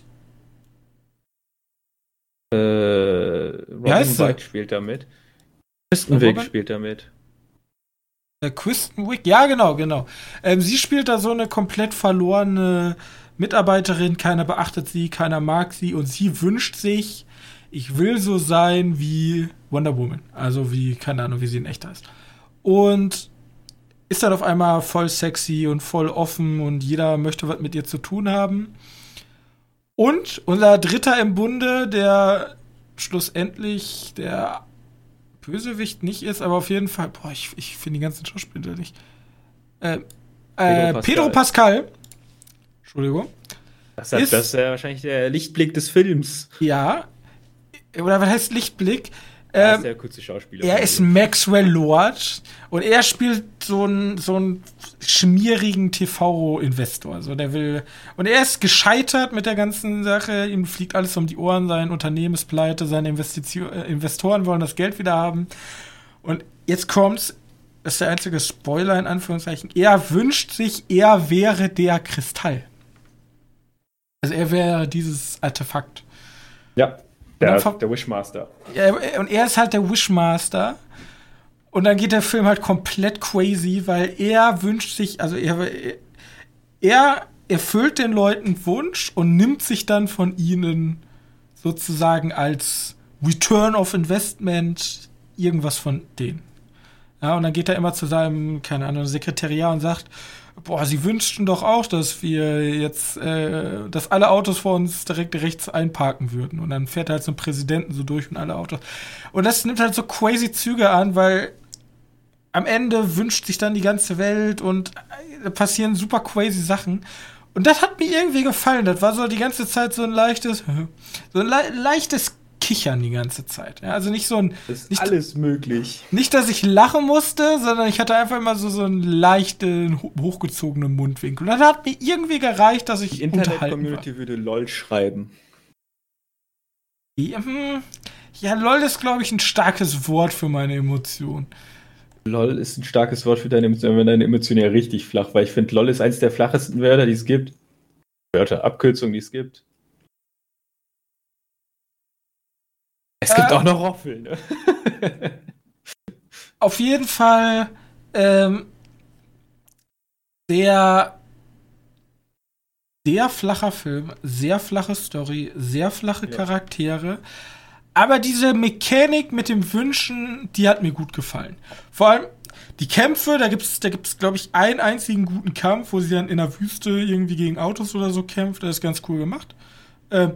Äh, Robin heißt sie? Wright spielt damit. Kristen Wiig Robin? spielt damit. Äh, Kristen Wiig, ja, genau, genau. Ähm, sie spielt da so eine komplett verlorene Mitarbeiterin, keiner beachtet sie, keiner mag sie und sie wünscht sich, ich will so sein wie Wonder Woman. Also wie, keine Ahnung, wie sie in echt heißt. Und ist dann auf einmal voll sexy und voll offen und jeder möchte was mit ihr zu tun haben. Und unser Dritter im Bunde, der schlussendlich der Bösewicht nicht ist, aber auf jeden Fall, boah, ich, ich finde die ganzen Schauspieler nicht. Äh, äh, Pedro Pascal. Pedro Pascal. Entschuldigung. Das, hat, Ist- das ist ja wahrscheinlich der Lichtblick des Films. Ja. Oder was heißt Lichtblick? Er Ähm, ist der kurze Schauspieler. Er ist Maxwell Lord und er spielt so einen so einen schmierigen T V-Investor. Also der will und er ist gescheitert mit der ganzen Sache. Ihm fliegt alles um die Ohren. Sein Unternehmen ist pleite. Seine Investition, äh, Investoren wollen das Geld wieder haben. Und jetzt kommt's. Das ist der einzige Spoiler in Anführungszeichen. Er wünscht sich, er wäre der Kristall. Also er wäre dieses Artefakt. Ja, dann der, ver- der Wishmaster. Ja, und er ist halt der Wishmaster. Und dann geht der Film halt komplett crazy, weil er wünscht sich, also er, er erfüllt den Leuten Wunsch und nimmt sich dann von ihnen sozusagen als Return of Investment irgendwas von denen. Ja, und dann geht er immer zu seinem, keine Ahnung, Sekretariat und sagt, boah, sie wünschten doch auch, dass wir jetzt, äh, dass alle Autos vor uns direkt rechts einparken würden. Und dann fährt er halt zum Präsidenten so durch und alle Autos. Und das nimmt halt so crazy Züge an, weil am Ende wünscht sich dann die ganze Welt und äh, passieren super crazy Sachen. Und das hat mir irgendwie gefallen. Das war so die ganze Zeit so ein leichtes, so ein le- leichtes Kichern die ganze Zeit. Ja, also nicht so ein, Das ist nicht, alles möglich. nicht, dass ich lachen musste, sondern ich hatte einfach immer so, so einen leichten, ho- hochgezogenen Mundwinkel. Und das hat mir irgendwie gereicht, dass ich Die unterhalten war. Internet-Community würde LOL schreiben. Ja, hm, ja, LOL ist, glaube ich, ein starkes Wort für meine Emotionen. LOL ist ein starkes Wort für deine Emotionen, wenn deine Emotionen ja richtig flach, weil ich finde, LOL ist eines der flachesten Wörter, die es gibt. Wörter, Abkürzungen, die es gibt. Es gibt Äh. auch noch Roffel, ne? Auf jeden Fall ähm, sehr, sehr flacher Film, sehr flache Story, sehr flache Ja. Charaktere. Aber diese Mechanik mit dem Wünschen, die hat mir gut gefallen. Vor allem die Kämpfe, da gibt's, da gibt's, glaube ich, einen einzigen guten Kampf, wo sie dann in der Wüste irgendwie gegen Autos oder so kämpft. Das ist ganz cool gemacht. Ähm,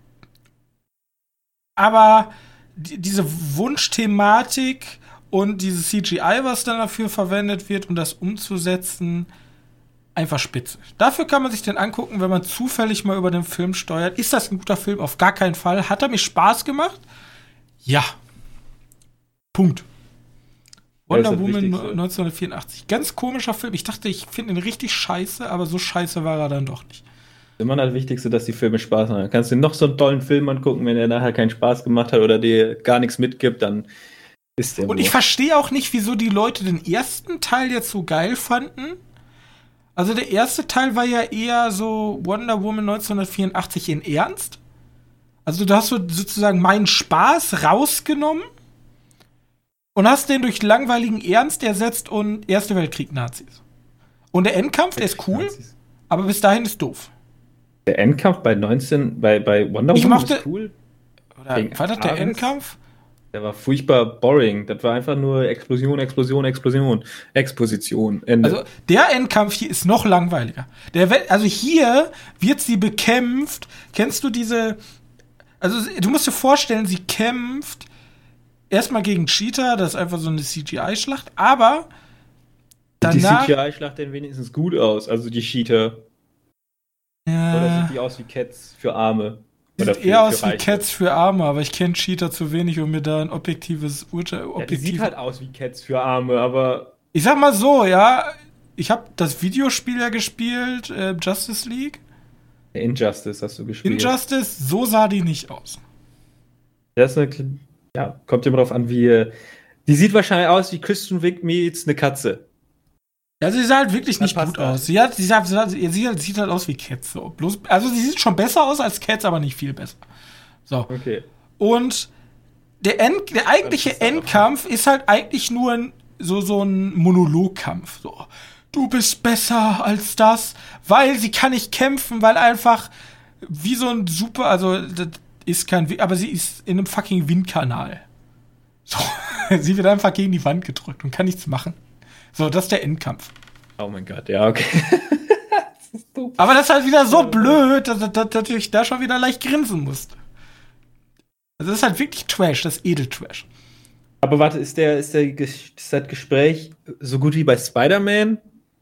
aber die, diese Wunschthematik und dieses C G I, was dann dafür verwendet wird, um das umzusetzen, einfach spitze. Dafür kann man sich den angucken, wenn man zufällig mal über den Film steuert. Ist das ein guter Film? Auf gar keinen Fall. Hat er mir Spaß gemacht? Ja. Punkt. Ja, ist Wonder das Woman Wichtigste. neunzehnhundertvierundachtzig. Ganz komischer Film. Ich dachte, ich finde ihn richtig scheiße, aber so scheiße war er dann doch nicht. Immer das Wichtigste, dass die Filme Spaß machen. Kannst du noch so einen tollen Film angucken, wenn er nachher keinen Spaß gemacht hat oder dir gar nichts mitgibt, dann ist der Und ich verstehe auch nicht, wieso die Leute den ersten Teil jetzt so geil fanden. Also der erste Teil war ja eher so Wonder Woman neunzehnhundertvierundachtzig in Ernst. Also du hast so sozusagen meinen Spaß rausgenommen und hast den durch langweiligen Ernst ersetzt und Erste Weltkrieg-Nazis. Und der Endkampf, der ist cool, aber bis dahin ist doof. Der Endkampf bei neunzehn, bei, bei Wonder Ich Woman mochte- ist cool. Oder Gegen war das der Ares? Endkampf? Der war furchtbar boring. Das war einfach nur Explosion, Explosion, Explosion. Exposition. Ende. Also der Endkampf hier ist noch langweiliger. Der, we- also hier wird sie bekämpft. Kennst du diese? Also du musst dir vorstellen, sie kämpft erstmal gegen Cheetah, das ist einfach so eine C G I-Schlacht, aber Sieht die danach. C G I-Schlacht denn wenigstens gut aus? Also die Cheater. Oder Ja, sieht die aus wie Cats für Arme? sieht Oder für, eher aus für wie Reiche? Cats für Arme, aber ich kenne Cheetah zu wenig, um mir da ein objektives Urteil. Ja, die Objektiv sieht halt aus wie Cats für Arme, aber ich sag mal so, ja, ich habe das Videospiel ja gespielt, äh, Justice League. Injustice hast du gespielt. Injustice, so sah die nicht aus. Das ist eine, ja, kommt immer drauf an, wie. Die sieht wahrscheinlich aus wie Christian Wick meets eine Katze. Also sie sah halt wirklich Das nicht passt gut halt. aus. Sie, hat, sie, sah, sie, sah, sie sieht, sieht halt aus wie Cats. So. Bloß, also sie sieht schon besser aus als Cats, aber nicht viel besser. So. Okay. Und der, End, der eigentliche Das ist aber- Endkampf ist halt eigentlich nur ein, so, so ein Monologkampf. So. Du bist besser als das, weil sie kann nicht kämpfen, weil einfach wie so ein super, also das ist kein, Wi- aber sie ist in einem fucking Windkanal. So. Sie wird einfach gegen die Wand gedrückt und kann nichts machen. So, das ist der Endkampf. Oh mein Gott, ja, okay. Das ist doof. Aber das ist halt wieder so Ja. blöd, dass, dass, dass ich da schon wieder leicht grinsen musste. Also das ist halt wirklich Trash, das ist Edeltrash. Aber warte, ist, der, ist, der, Ges- ist das Gespräch so gut wie bei Spider-Man?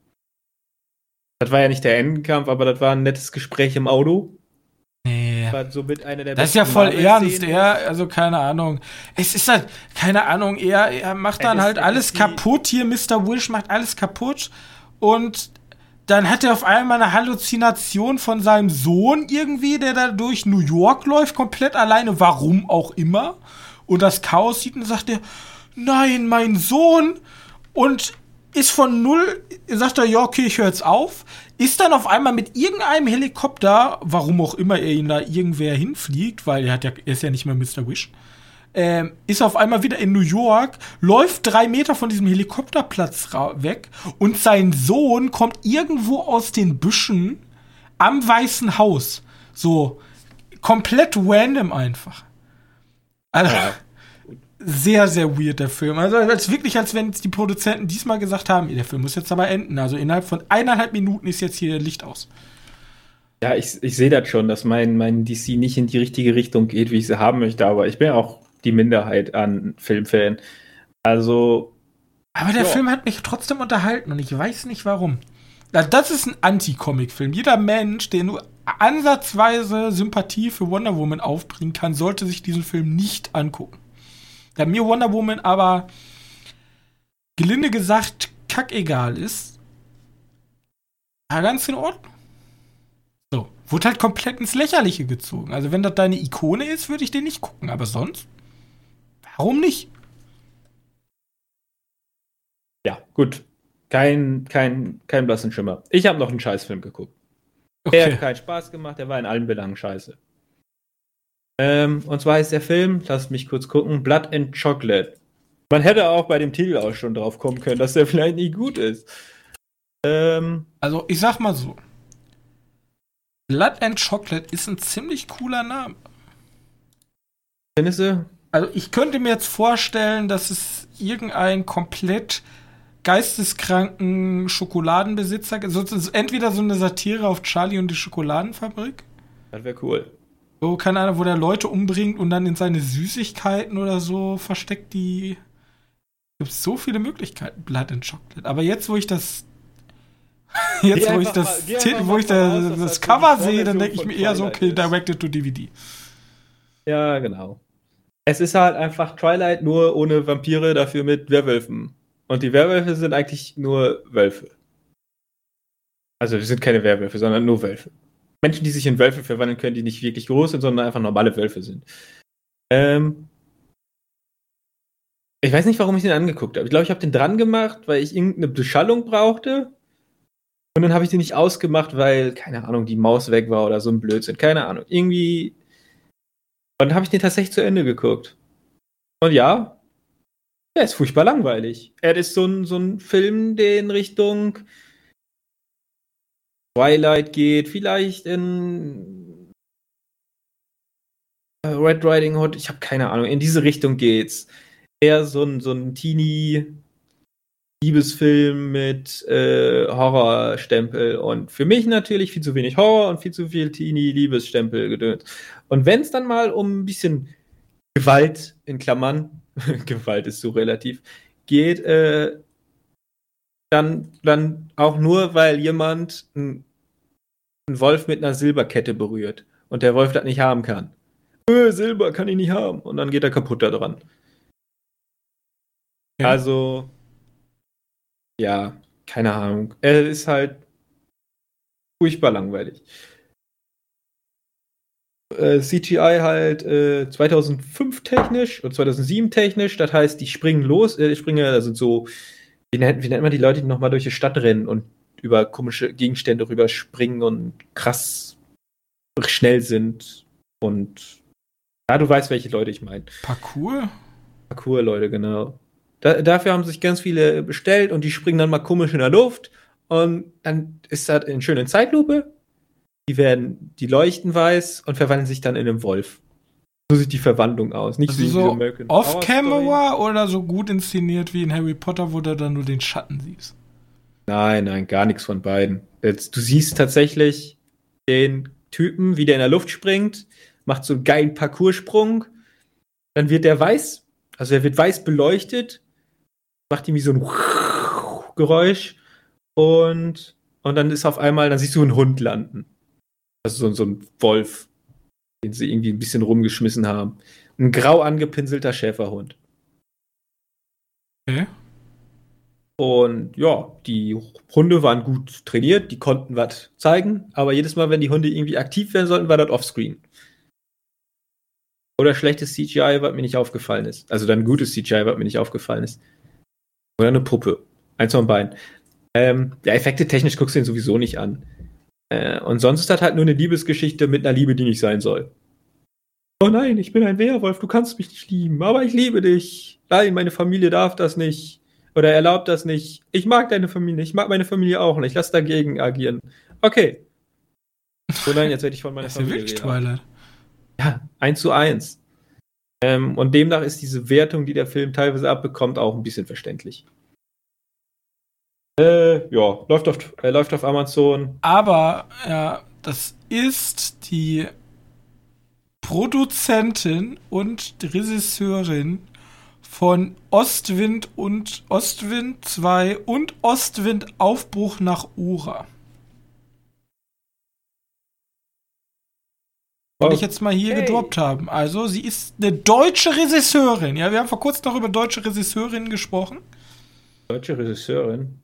Das war ja nicht der Endkampf, aber das war ein nettes Gespräch im Auto. Nee. War somit eine der Das ist ja besten voll Marvel-Szenen. ernst, er, also keine Ahnung. Es ist halt, keine Ahnung, er, er macht dann Es ist- halt es alles ist die- kaputt hier, Mister Wish macht alles kaputt und dann hat er auf einmal eine Halluzination von seinem Sohn irgendwie, der da durch New York läuft, komplett alleine, warum auch immer. Und das Chaos sieht und sagt er, nein, mein Sohn. Und ist von null, sagt er, ja, okay, ich höre jetzt auf. Ist dann auf einmal mit irgendeinem Helikopter, warum auch immer er ihn da irgendwer hinfliegt, weil er, hat ja, er ist ja nicht mehr Mister Wish, ähm, ist auf einmal wieder in New York, läuft drei Meter von diesem Helikopterplatz ra- weg und sein Sohn kommt irgendwo aus den Büschen am Weißen Haus. So, komplett random einfach. Also, Ja. sehr, sehr weird, der Film. Also, als wirklich, als wenn die Produzenten diesmal gesagt haben, der Film muss jetzt aber enden. Also, innerhalb von eineinhalb Minuten ist jetzt hier Licht aus. Ja, ich, ich sehe das schon, dass mein, mein D C nicht in die richtige Richtung geht, wie ich sie haben möchte, aber ich bin ja auch die Minderheit an Filmfan. Also, Aber der Ja. Film hat mich trotzdem unterhalten und ich weiß nicht warum. Na, das ist ein Anti-Comic-Film. Jeder Mensch, der nur ansatzweise Sympathie für Wonder Woman aufbringen kann, sollte sich diesen Film nicht angucken. Da mir Wonder Woman aber gelinde gesagt kackegal ist, war ganz in Ordnung. So, wurde halt komplett ins Lächerliche gezogen. Also wenn das deine Ikone ist, würde ich den nicht gucken. Aber sonst, warum nicht? ja, gut. Kein, kein, kein blassen Schimmer. Ich habe noch einen Scheißfilm geguckt. Der Okay. hat keinen Spaß gemacht, der war in allen Belangen scheiße. Ähm, und zwar heißt der Film, lasst mich kurz gucken, Blood and Chocolate. Man hätte auch bei dem Titel auch schon drauf kommen können, dass der vielleicht nicht gut ist. Ähm, Also, ich sag mal so. Blood and Chocolate ist ein ziemlich cooler Name. findest du? Also, ich könnte mir jetzt vorstellen, dass es irgendein komplett geisteskranken Schokoladenbesitzer gibt. So, so- entweder so eine Satire auf Charlie und die Schokoladenfabrik. Das wäre cool. So, keine Ahnung, wo der Leute umbringt und dann in seine Süßigkeiten oder so versteckt die. Gibt so viele Möglichkeiten, Blood and Chocolate. Aber jetzt, wo ich das. Jetzt, Geh wo ich einfach das, mal- geh Ti- einfach wo mal ich von da, aus, dass das das so Cover die sehe, dann Vorversion denke ich von mir eher so, Twilight okay, ist. directed to D V D. Ja, genau. Es ist halt einfach Twilight nur ohne Vampire, dafür mit Werwölfen. Und die Werwölfe sind eigentlich nur Wölfe. Also, die sind keine Werwölfe, sondern nur Wölfe. Menschen, die sich in Wölfe verwandeln können, die nicht wirklich groß sind, sondern einfach normale Wölfe sind. Ähm. Ich weiß nicht, warum ich den angeguckt habe. Ich glaube, ich habe den dran gemacht, weil ich irgendeine Beschallung brauchte. Und dann habe ich den nicht ausgemacht, weil, keine Ahnung, die Maus weg war oder so ein Blödsinn. Keine Ahnung. Irgendwie. Und dann habe ich den tatsächlich zu Ende geguckt. Und ja, der ist furchtbar langweilig. Er ist so ein, so ein Film, der in Richtung Twilight geht, vielleicht in Red Riding Hood, ich habe keine Ahnung, in diese Richtung geht's. Eher so ein, so ein Teenie-Liebesfilm mit äh, Horrorstempel und für mich natürlich viel zu wenig Horror und viel zu viel Teenie-Liebesstempel gedönt. Und wenn es dann mal um ein bisschen Gewalt, in Klammern, Gewalt ist so relativ, geht, äh, dann, dann auch nur, weil jemand einen Wolf mit einer Silberkette berührt und der Wolf das nicht haben kann. Äh, Silber kann ich nicht haben. Und dann geht er kaputt da dran. Okay. Also, ja, keine Ahnung. Er ist halt furchtbar langweilig. Äh, C G I halt äh, zweitausendfünf technisch und zweitausendsieben technisch. Das heißt, die springen los, äh, die Springer, das sind so, wie nennt, wie nennt man die Leute, die nochmal durch die Stadt rennen und über komische Gegenstände rüber springen und krass schnell sind. Und ja, du weißt, welche Leute ich meine. Parkour? Parkour-Leute, genau. Da, dafür haben sich ganz viele bestellt und die springen dann mal komisch in der Luft und dann ist das in schönen Zeitlupe. Die werden, die leuchten weiß und verwandeln sich dann in einen Wolf. So sieht die Verwandlung aus. Nicht Also wie so American off-camera oder so gut inszeniert wie in Harry Potter, wo du dann nur den Schatten siehst? Nein, nein, gar nichts von beiden. Jetzt, du siehst tatsächlich den Typen, wie der in der Luft springt, macht so einen geilen Parcoursprung, dann wird der weiß, also er wird weiß beleuchtet, macht irgendwie so ein Geräusch und, und dann ist auf einmal, dann siehst du einen Hund landen. Also so, so ein Wolf, den sie irgendwie ein bisschen rumgeschmissen haben. Ein grau angepinselter Schäferhund. Okay. Und ja, die Hunde waren gut trainiert, die konnten was zeigen, aber jedes Mal, wenn die Hunde irgendwie aktiv werden sollten, war das offscreen. Oder schlechtes C G I, was mir nicht aufgefallen ist. Also dann gutes C G I, was mir nicht aufgefallen ist. Oder eine Puppe. Eins von beiden. Ähm, ja, Effekte technisch guckst du den sowieso nicht an. Äh, und sonst ist das halt nur eine Liebesgeschichte mit einer Liebe, die nicht sein soll. Oh nein, ich bin ein Werwolf, du kannst mich nicht lieben, aber ich liebe dich. Nein, meine Familie darf das nicht. Oder erlaubt das nicht. Ich mag deine Familie, ich mag meine Familie auch nicht. Lass dagegen agieren. Okay. Oh nein, jetzt werde ich von meiner Das ist ja Familie wirklich reden. Twilight. Ja, eins zu eins. Ähm, und demnach ist diese Wertung, die der Film teilweise abbekommt, auch ein bisschen verständlich. Äh, ja, läuft auf, äh, läuft auf Amazon. Aber, ja, das ist die Produzentin und Regisseurin von Ostwind und Ostwind zwei und Ostwind Aufbruch nach Ura. Wollte ich jetzt mal hier Okay. gedroppt haben. Also, sie ist eine deutsche Regisseurin. Ja, wir haben vor kurzem noch über deutsche Regisseurinnen gesprochen. Deutsche Regisseurin.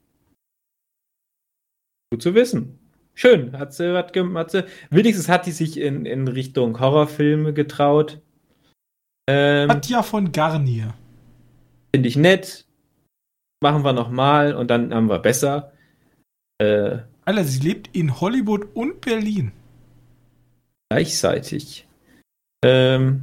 Gut zu wissen. Schön. Hat sie was gemacht. Wenigstens hat die sich in, in Richtung Horrorfilme getraut. Ähm, Katja von Garnier. Finde ich nett. Machen wir nochmal und dann haben wir besser. Äh, Alter, sie lebt in Hollywood und Berlin. gleichzeitig. Ähm,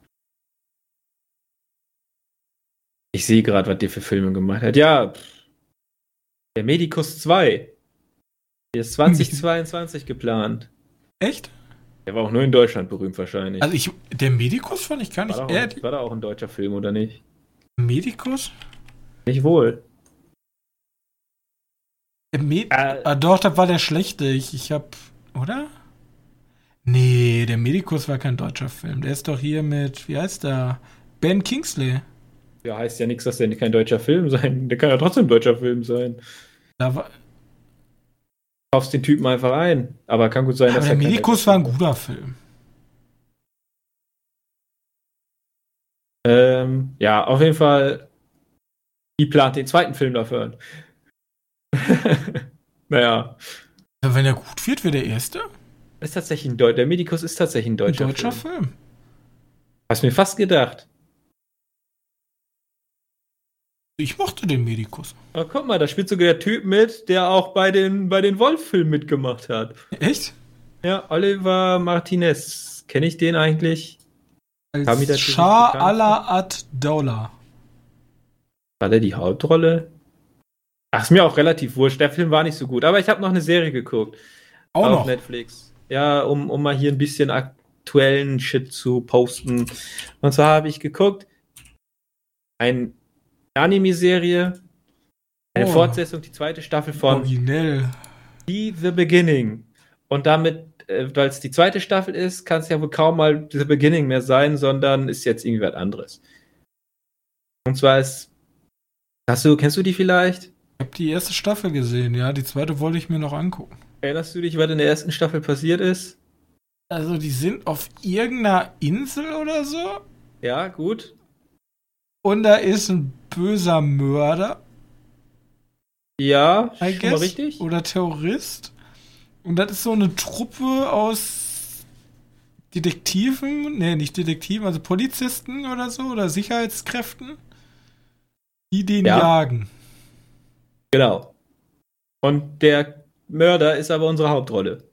ich sehe gerade, was der für Filme gemacht hat. Ja, pff, der Medikus zwei. Der ist zwanzig zweiundzwanzig geplant. Echt? Der war auch nur in Deutschland berühmt wahrscheinlich. Also ich, der Medikus fand ich gar nicht. war, Äh, da auch, war da auch ein deutscher Film, oder nicht? Medikus? Nicht wohl. Der Med Äh. ah, doch, das war der schlechte. Ich, ich hab. Oder? Nee, der Medikus war kein deutscher Film. Der ist doch hier mit, wie heißt der? Ben Kingsley. Ja, heißt ja nichts, dass der kein deutscher Film sein. Der kann ja trotzdem ein deutscher Film sein. Da war, Kaufst den Typen einfach ein. Aber kann gut sein, aber dass der er kein Medikus deutscher war ein Film guter Film. Ähm, ja, auf jeden Fall. Die plant den zweiten Film dafür. Naja. Ja, wenn er gut wird, wird der erste. Ist tatsächlich ein Deutscher. Der Medikus ist tatsächlich ein Ein deutscher, deutscher Film. Film. Hast mir fast gedacht. Ich mochte den Medikus. Aber guck mal, da spielt sogar der Typ mit, der auch bei den, bei den Wolf-Filmen mitgemacht hat. Echt? Ja, Oliver Martinez. Kenne ich den eigentlich? Kam mir Als das Shah bekannt vor? Allah ad-Daula. War der die Hauptrolle? Ach, ist mir auch relativ wurscht. Der Film war nicht so gut. Aber ich habe noch eine Serie geguckt. Auch auf noch. Netflix. Ja, um, um mal hier ein bisschen ak- aktuellen Shit zu posten. Und zwar habe ich geguckt, eine Anime-Serie, eine Oh. Fortsetzung, die zweite Staffel von Originell. The, The Beginning. Und damit, äh, weil es die zweite Staffel ist, kann es ja wohl kaum mal The Beginning mehr sein, sondern ist jetzt irgendwie was anderes. Und zwar ist, hast du, kennst du die vielleicht? Ich habe die erste Staffel gesehen, ja. Die zweite wollte ich mir noch angucken. Erinnerst du dich, was in der ersten Staffel passiert ist? Also, die sind auf irgendeiner Insel oder so. Ja, gut. Und da ist ein böser Mörder, Ja, I schon guess. mal richtig. Oder Terrorist. Und das ist so eine Truppe aus Detektiven, nee, nicht Detektiven, also Polizisten oder so, oder Sicherheitskräften, die den Ja. jagen. Genau. Und der Mörder ist aber unsere Hauptrolle.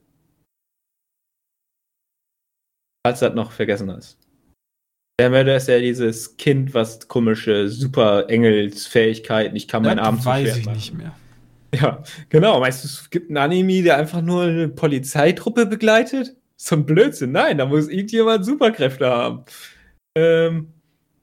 Falls du das noch vergessen hast. Der Mörder ist ja dieses Kind, was komische Super-Engelsfähigkeiten, ich kann meinen Das Arm zu weiß Schwert ich machen. nicht mehr. Ja, genau. Meinst du, es gibt einen Anime, der einfach nur eine Polizeitruppe begleitet? So ein Blödsinn. Nein, da muss irgendjemand Superkräfte haben. Ähm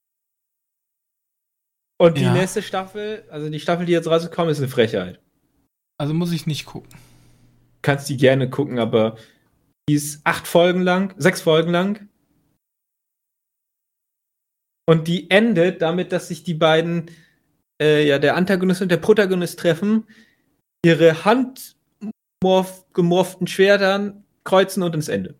Und die Ja. nächste Staffel, also die Staffel, die jetzt rausgekommen ist, eine Frechheit. Also muss ich nicht gucken. Du kannst die gerne gucken, aber die ist acht Folgen lang, sechs Folgen lang. Und die endet damit, dass sich die beiden, äh, ja, der Antagonist und der Protagonist treffen, ihre handgemorften Schwertern kreuzen und ins Ende.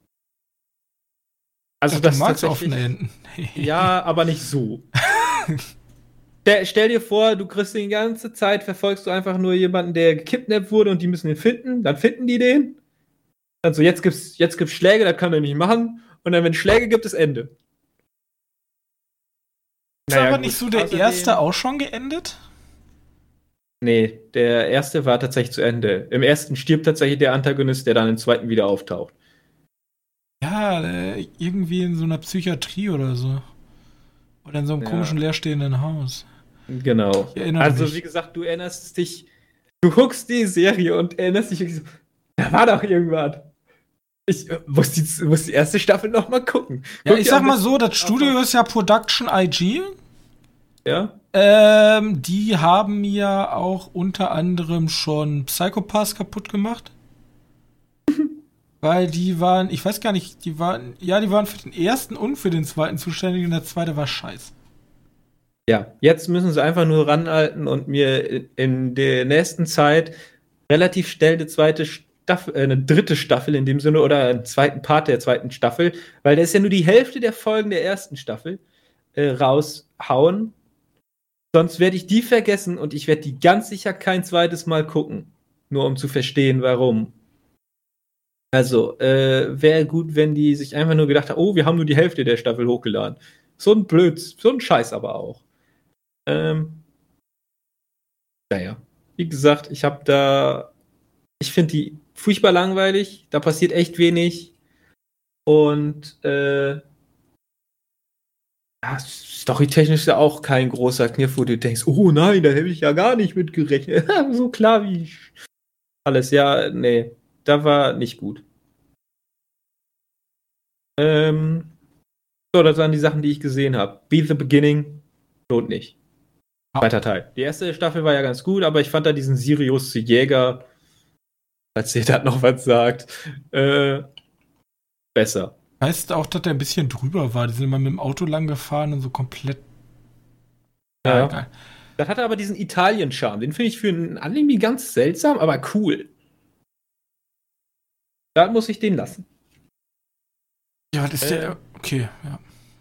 Also Ach, das du ist magst tatsächlich, offene Enden. ja, aber nicht so. Stell, stell dir vor, du kriegst die ganze Zeit, verfolgst du einfach nur jemanden, der gekidnappt wurde und die müssen ihn finden. Dann finden die den. Dann so, jetzt gibt's, jetzt gibt's Schläge, das kann er nicht machen. Und dann, wenn es Schläge gibt, ist Ende. Ist Naja, aber gut. nicht so der Außerdem- erste auch schon geendet? Nee, der erste war tatsächlich zu Ende. Im ersten stirbt tatsächlich der Antagonist, der dann im zweiten wieder auftaucht. Ja, äh, irgendwie in so einer Psychiatrie oder so. Oder in so einem Ja. komischen leerstehenden Haus. Genau. Ich erinnere Also, mich. wie gesagt, du erinnerst dich, du guckst die Serie und erinnerst dich wirklich so, da war doch irgendwas. Ich äh, muss, die, muss die erste Staffel noch mal gucken. Ja, Guck ich dir sag am mal besten so, das Studio einfach- ist ja Production I G. Ja? Ähm, die haben mir auch unter anderem schon Psycho-Pass kaputt gemacht. Weil die waren, ich weiß gar nicht, die waren, ja, die waren für den ersten und für den zweiten zuständig und der zweite war scheiße. Ja, jetzt müssen sie einfach nur ranhalten und mir in der nächsten Zeit relativ schnell eine zweite Staffel, äh, eine dritte Staffel in dem Sinne oder einen zweiten Part der zweiten Staffel, weil der ist ja nur die Hälfte der Folgen der ersten Staffel äh, raushauen. Sonst werde ich die vergessen und ich werde die ganz sicher kein zweites Mal gucken. Nur um zu verstehen, warum. Also, äh, wäre gut, wenn die sich einfach nur gedacht haben, oh, wir haben nur die Hälfte der Staffel hochgeladen. So ein Blöds, so ein Scheiß aber auch. Ähm, naja, wie gesagt, ich habe da, ich finde die furchtbar langweilig, da passiert echt wenig und äh, ja, storytechnisch ist ja auch kein großer Kniff, wo du denkst, oh nein, da hätte ich ja gar nicht mit gerechnet. So klar wie alles, ja, nee, da war nicht gut. Ähm, so, das waren die Sachen, die ich gesehen habe. Be the Beginning, lohnt nicht. Zweiter Teil. Die erste Staffel war ja ganz gut, aber ich fand da diesen Sirius Jäger, falls ihr das noch was sagt, äh, besser. Heißt auch, dass der ein bisschen drüber war. Die sind immer mit dem Auto lang gefahren und so komplett. Ja. egal. Das hatte aber diesen Italien-Charme. Den finde ich für einen Anime ganz seltsam, aber cool. Da muss ich den lassen. Ja, das ist Äh. der. Okay, ja.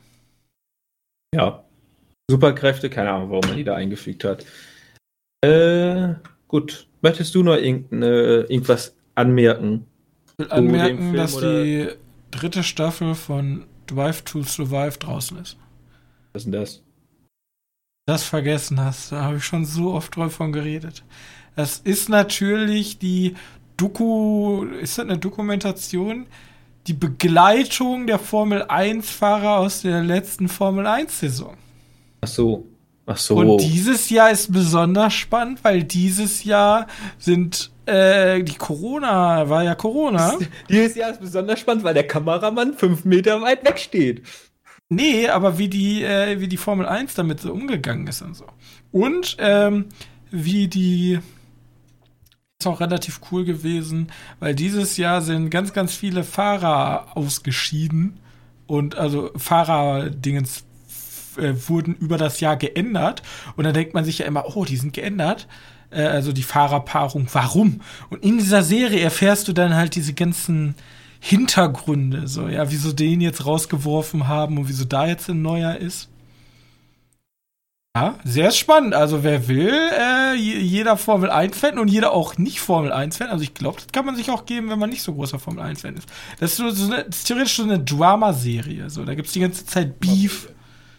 Ja. Superkräfte, keine Ahnung, warum man die da eingefügt hat. Äh, gut. Möchtest du noch irgendeine, irgendwas anmerken? Ich will dem anmerken, Film dass oder- die dritte Staffel von Drive to Survive draußen ist. Was ist denn das? Das vergessen hast, da habe ich schon so oft davon geredet. Das ist natürlich die Doku, ist das eine Dokumentation? Die Begleitung der Formel eins Fahrer aus der letzten Formel eins Saison. Ach so. Ach so. Und dieses Jahr ist besonders spannend, weil dieses Jahr sind äh, die Corona, war ja Corona. Dieses Jahr ist besonders spannend, weil der Kameramann fünf Meter weit weg steht. Nee, aber wie die, äh, wie die Formel eins damit so umgegangen ist und so. Und ähm, wie die ist auch relativ cool gewesen, weil dieses Jahr sind ganz, ganz viele Fahrer ausgeschieden und also Fahrerdingens äh, wurden über das Jahr geändert und dann denkt man sich ja immer, oh, die sind geändert, äh, also die Fahrerpaarung, warum? Und in dieser Serie erfährst du dann halt diese ganzen Hintergründe, so, ja, wieso den jetzt rausgeworfen haben und wieso da jetzt ein neuer ist. Ja, sehr spannend. Also wer will, äh, jeder Formel eins Fan und jeder auch nicht Formel eins Fan. Also ich glaube, das kann man sich auch geben, wenn man nicht so großer Formel eins Fan ist. Das ist, so, so eine, das ist theoretisch so eine Drama-Serie. So, da gibt es die ganze Zeit Beef.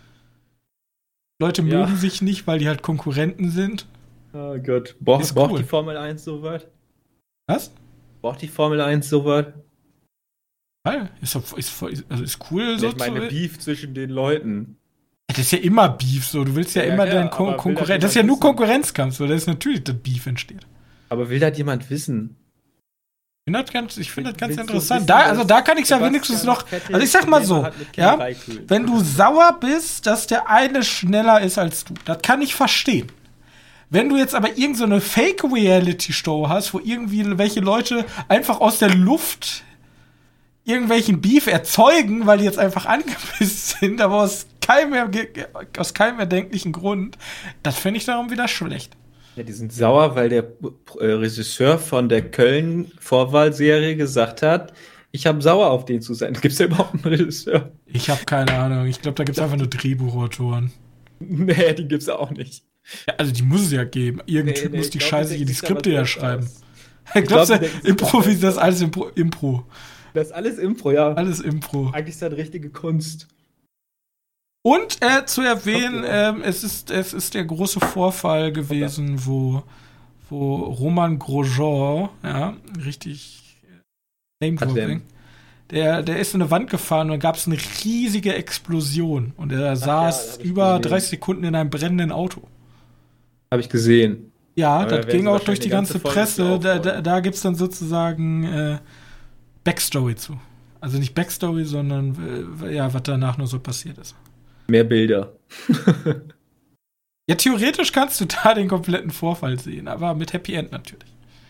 Leute Ja. mögen sich nicht, weil die halt Konkurrenten sind. Oh Gott. Braucht, Ist braucht cool. die Formel eins sowas? Was? Braucht die Formel eins sowas? Ja, ist, doch- ist, voll- also ist cool. So Ich meine, zu, Beef zwischen den Leuten. das ist ja immer Beef. So. Du willst ja, Ja, immer ja, deinen aber Kon will das Konkurrent. Das ist ja jemand nur wissen? Konkurrenzkampf. So. Das ist natürlich, dass Beef entsteht. Aber will das jemand wissen? Ich finde das ganz, ich find das ganz Willst du interessant. wissen, Da, dass also da kann ich ja Sebastian wenigstens noch. Vettel Also ich sag mal so, Probleme hat mit Kimi ja, Räikkönen? wenn du sauer bist, dass der eine schneller ist als du, das kann ich verstehen. Wenn du jetzt aber irgend so eine Fake-Reality-Show hast, wo irgendwie welche Leute einfach aus der Luft irgendwelchen Beef erzeugen, weil die jetzt einfach angepisst sind, aber aus keinem, erge- aus keinem erdenklichen Grund, das finde ich darum wieder schlecht. Ja, die sind sauer, weil der äh, Regisseur von der Köln-Vorwahlserie gesagt hat, ich habe sauer auf den zu sein. Gibt es ja überhaupt einen Regisseur? Ich habe keine Ahnung. Ich glaube, da gibt es einfach nur Drehbuchautoren. Nee, die gibt's auch nicht. Ja, also die muss es ja geben. Irgendein Nee, Typ nee, muss ich die glaub, Scheiße die hier, die denken sich da Skripte was ja aus. schreiben. Ich Glaubst glaub, du, die denken sich Improvis, da das ist alles Impro, Impro. Das ist alles Impro, ja. Alles Impro. Eigentlich ist das richtige Kunst. Und äh, zu erwähnen, Kommt, ja. ähm, es, ist, es ist der große Vorfall gewesen, wo, wo Roman Grosjean, ja, richtig äh, Name-Dropping, der, der ist in eine Wand gefahren und dann gab es eine riesige Explosion. Und er saß hab ich über gesehen. dreißig Sekunden in einem brennenden Auto. Habe ich gesehen. Ja, Aber da das werden ging sie auch wahrscheinlich durch die die ganze ganze Folge Presse. zu Da, aufbauen. da, da gibt es dann sozusagen äh, Backstory zu. Also nicht Backstory, sondern äh, ja, was danach nur so passiert ist. Mehr Bilder. Ja, theoretisch kannst du da den kompletten Vorfall sehen, aber mit Happy End natürlich.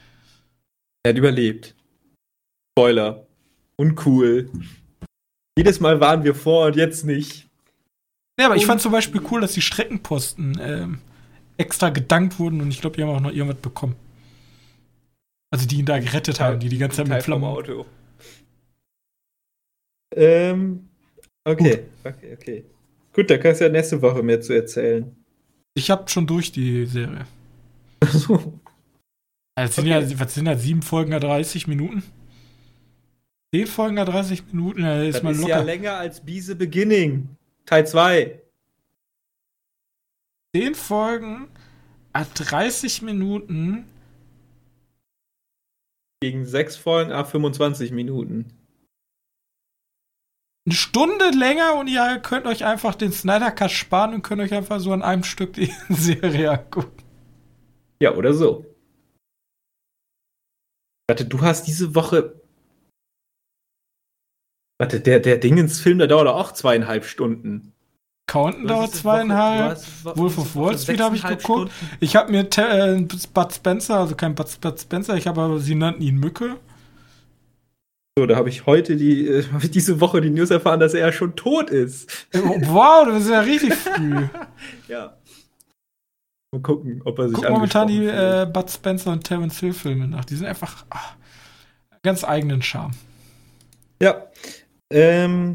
Er hat überlebt. Spoiler. Uncool. Jedes Mal waren wir vor und jetzt nicht. Ja, aber ich Und- fand zum Beispiel cool, dass die Streckenposten ähm, extra gedankt wurden und ich glaube, die haben auch noch irgendwas bekommen. Also die ihn da gerettet haben, die die ganze Zeit Teil mit vom Flammen. Auto. Ähm, okay, okay, okay. Gut, da kannst du ja nächste Woche mehr zu erzählen. Ich hab schon durch die Serie. So. Also sind Okay. ja, was sind das, sieben Folgen, dreißig Minuten? Zehn Folgen, dreißig Minuten, da ist Das man ist locker. ja länger als Biese Beginning. Teil zwei. Zehn Folgen, ah, dreißig Minuten. Gegen sechs Folgen, ah, fünfundzwanzig Minuten. Eine Stunde länger und ihr könnt euch einfach den Snyder Cut sparen und könnt euch einfach so an einem Stück die Serie angucken. Ja, oder so. Warte, du hast diese Woche. Warte, der, der Dingens-Film, der dauert doch auch zweieinhalb Stunden. Counten Du hast dauert diese zweieinhalb. Woche- du hast Wo- Wolf diese of Woche Wall Street habe ich sechseinhalb geguckt. Stunden. Ich habe mir Te- äh, Bud Spencer, also kein Bud, Bud Spencer, ich habe aber, sie nannten ihn Mücke. So, da habe ich heute die, äh, habe ich diese Woche die News erfahren, dass er schon tot ist. Äh, Wow, das ist ja richtig früh. Ja. Mal gucken, ob er sich Guck momentan die angesprochen fühlt. äh, Bud Spencer und Terence Hill Filme nach. Die sind einfach ah, ganz eigenen Charme. Ja. Ähm.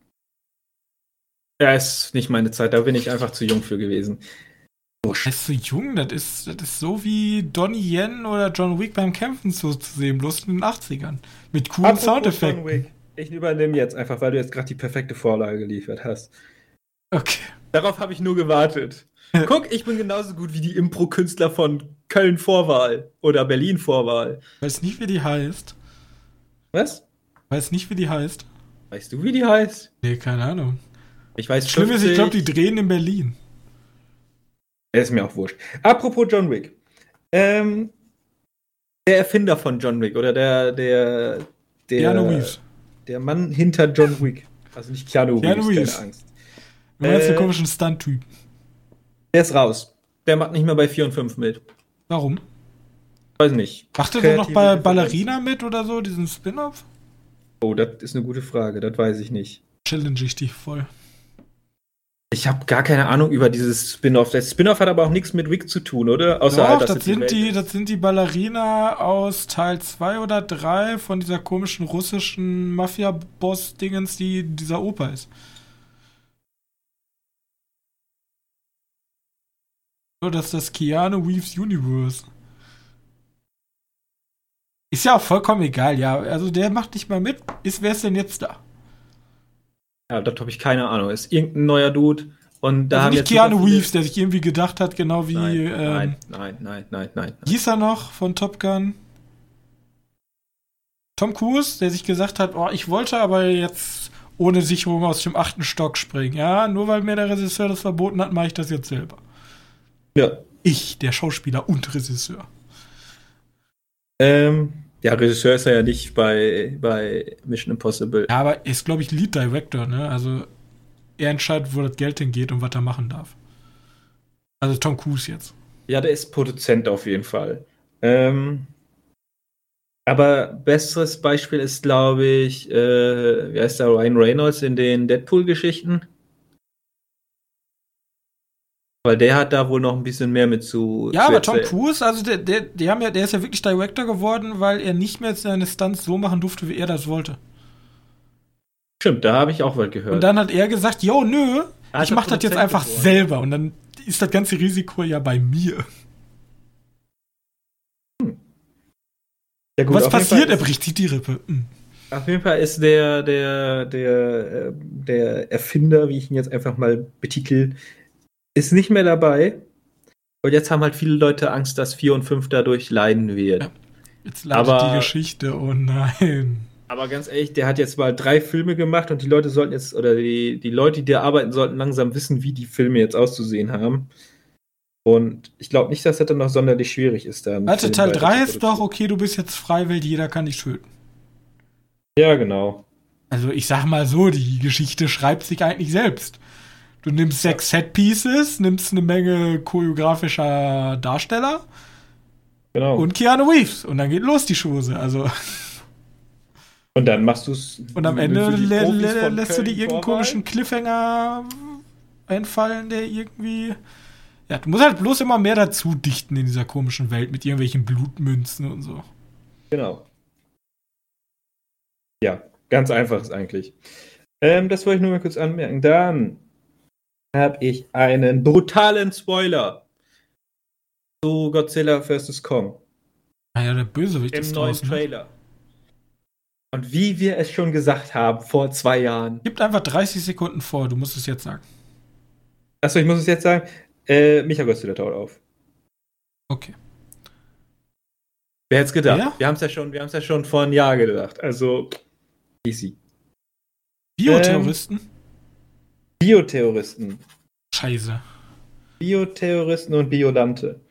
Ja, ist nicht meine Zeit, da bin ich einfach zu jung für gewesen. Das ist so jung, das ist, das ist so wie Donnie Yen oder John Wick beim Kämpfen so zu sehen, bloß in den achtzigern. Mit coolen Apropos John Soundeffekten. Wick, ich übernehme jetzt einfach, weil du jetzt gerade die perfekte Vorlage geliefert hast. Okay. Darauf habe ich nur gewartet. Guck, ich bin genauso gut wie die Impro-Künstler von Köln-Vorwahl oder Berlin-Vorwahl. Weiß nicht, wie die heißt. Was? Weiß nicht, wie die heißt. Weißt du, wie die heißt? Nee, keine Ahnung. Ich weiß Schlimm ist, ich glaube, die fünfzig. drehen in Berlin. Ist mir auch wurscht. Apropos John Wick. Ähm, der Erfinder von John Wick oder der, der, der, Keanu Reeves. Der Mann hinter John Wick. Also nicht Keanu, Keanu Reeves, Reeves. keine Angst. Du meinst Äh, den komischen Stunt-Typ. Der ist raus. Der macht nicht mehr bei vier und fünf mit. Warum? Weiß nicht. Macht er denn noch bei Kreative Ballerina mit oder so, diesen Spin-Off? Oh, das ist eine gute Frage. Das weiß ich nicht. Challenge ich dich voll. Ich habe gar keine Ahnung über dieses Spin-off. Das Spin-off hat aber auch nichts mit Wick zu tun, oder? Außer Doch, halt, dass das es sind Welt die, ist. das sind die Ballerina aus Teil zwei oder drei von dieser komischen russischen Mafia-Boss-Dingens, die in dieser Oper ist. So, das ist das Keanu Reeves Universe. Ist ja auch vollkommen egal, ja. Also der macht nicht mal mit. Ist, wer ist denn jetzt da? Ja, das habe ich keine Ahnung. Ist irgendein neuer Dude. Und da Also haben nicht jetzt Keanu super viele- Reeves, der sich irgendwie gedacht hat, genau wie, Nein, ähm, nein, nein, nein, nein, nein. wie hieß er noch von Top Gun? Tom Cruise, der sich gesagt hat, oh, ich wollte aber jetzt ohne Sicherung aus dem achten Stock springen. Ja, nur weil mir der Regisseur das verboten hat, mache ich das jetzt selber. Ja. Ich, der Schauspieler und Regisseur. Ähm, ja, Regisseur ist er ja nicht bei, bei Mission Impossible. Ja, aber er ist, glaube ich, Lead Director, ne? Also er entscheidet, wo das Geld hingeht und was er machen darf. Also Tom Cruise jetzt. Ja, der ist Produzent auf jeden Fall. Ähm, aber besseres Beispiel ist, glaube ich, äh, wie heißt der, Ryan Reynolds in den Deadpool-Geschichten? Weil der hat da wohl noch ein bisschen mehr mit zu. Ja, zu aber Tom erzählen. Cruise, also der, der, die haben ja, der ist ja wirklich Director geworden, weil er nicht mehr seine Stunts so machen durfte, wie er das wollte. Stimmt, da habe ich auch was gehört. Und dann hat er gesagt, jo, nö, Ah, ich ist er mach das jetzt Produzent einfach geworden. selber. Und dann ist das ganze Risiko ja bei mir. Ja, gut, Was auf jeden passiert? Fall Er ist- bricht sich die Rippe. Hm. Auf jeden Fall ist der, der, der, äh, der Erfinder, wie ich ihn jetzt einfach mal betitel, ist nicht mehr dabei. Und jetzt haben halt viele Leute Angst, dass vier und fünf dadurch leiden wird. Ja. Jetzt leidet Aber- die Geschichte, oh nein. Aber ganz ehrlich, der hat jetzt mal drei Filme gemacht und die Leute sollten jetzt, oder die, die Leute, die da arbeiten, sollten langsam wissen, wie die Filme jetzt auszusehen haben. Und ich glaube nicht, dass das dann noch sonderlich schwierig ist. Da einen Warte, Film Teil weiter drei zu ist doch, produzieren. okay, du bist jetzt Freiwild, jeder kann dich töten. Ja, genau. Also ich sag mal so, die Geschichte schreibt sich eigentlich selbst. Du nimmst sechs Set-Pieces, nimmst eine Menge choreografischer Darsteller genau. Und, und Keanu Reeves. Und dann geht los die Chose. Also, dann machst du es. und am Ende lä lä lässt du dir irgendeinen komischen Cliffhanger einfallen, der irgendwie. Ja, du musst halt bloß immer mehr dazu dichten in dieser komischen Welt mit irgendwelchen Blutmünzen und so. Genau. Ja, ganz einfach ist eigentlich. Ähm, das wollte ich nur mal kurz anmerken. Dann habe ich einen brutalen Spoiler zu Godzilla versus. Kong Naja, der Bösewicht im ist neuen draußen. Ne? Trailer. Und wie wir es schon gesagt haben vor zwei Jahren. Gib einfach dreißig Sekunden vor, du musst es jetzt sagen. Achso, ich muss es jetzt sagen. Äh, Micha Godzilla taucht auf. Okay. Wer hätte es gedacht? Wer? Wir haben es ja schon, wir haben es ja schon vor einem Jahr gedacht. Also easy. Bioterroristen? Bioterroristen. Scheiße. Bioterroristen und Biolante.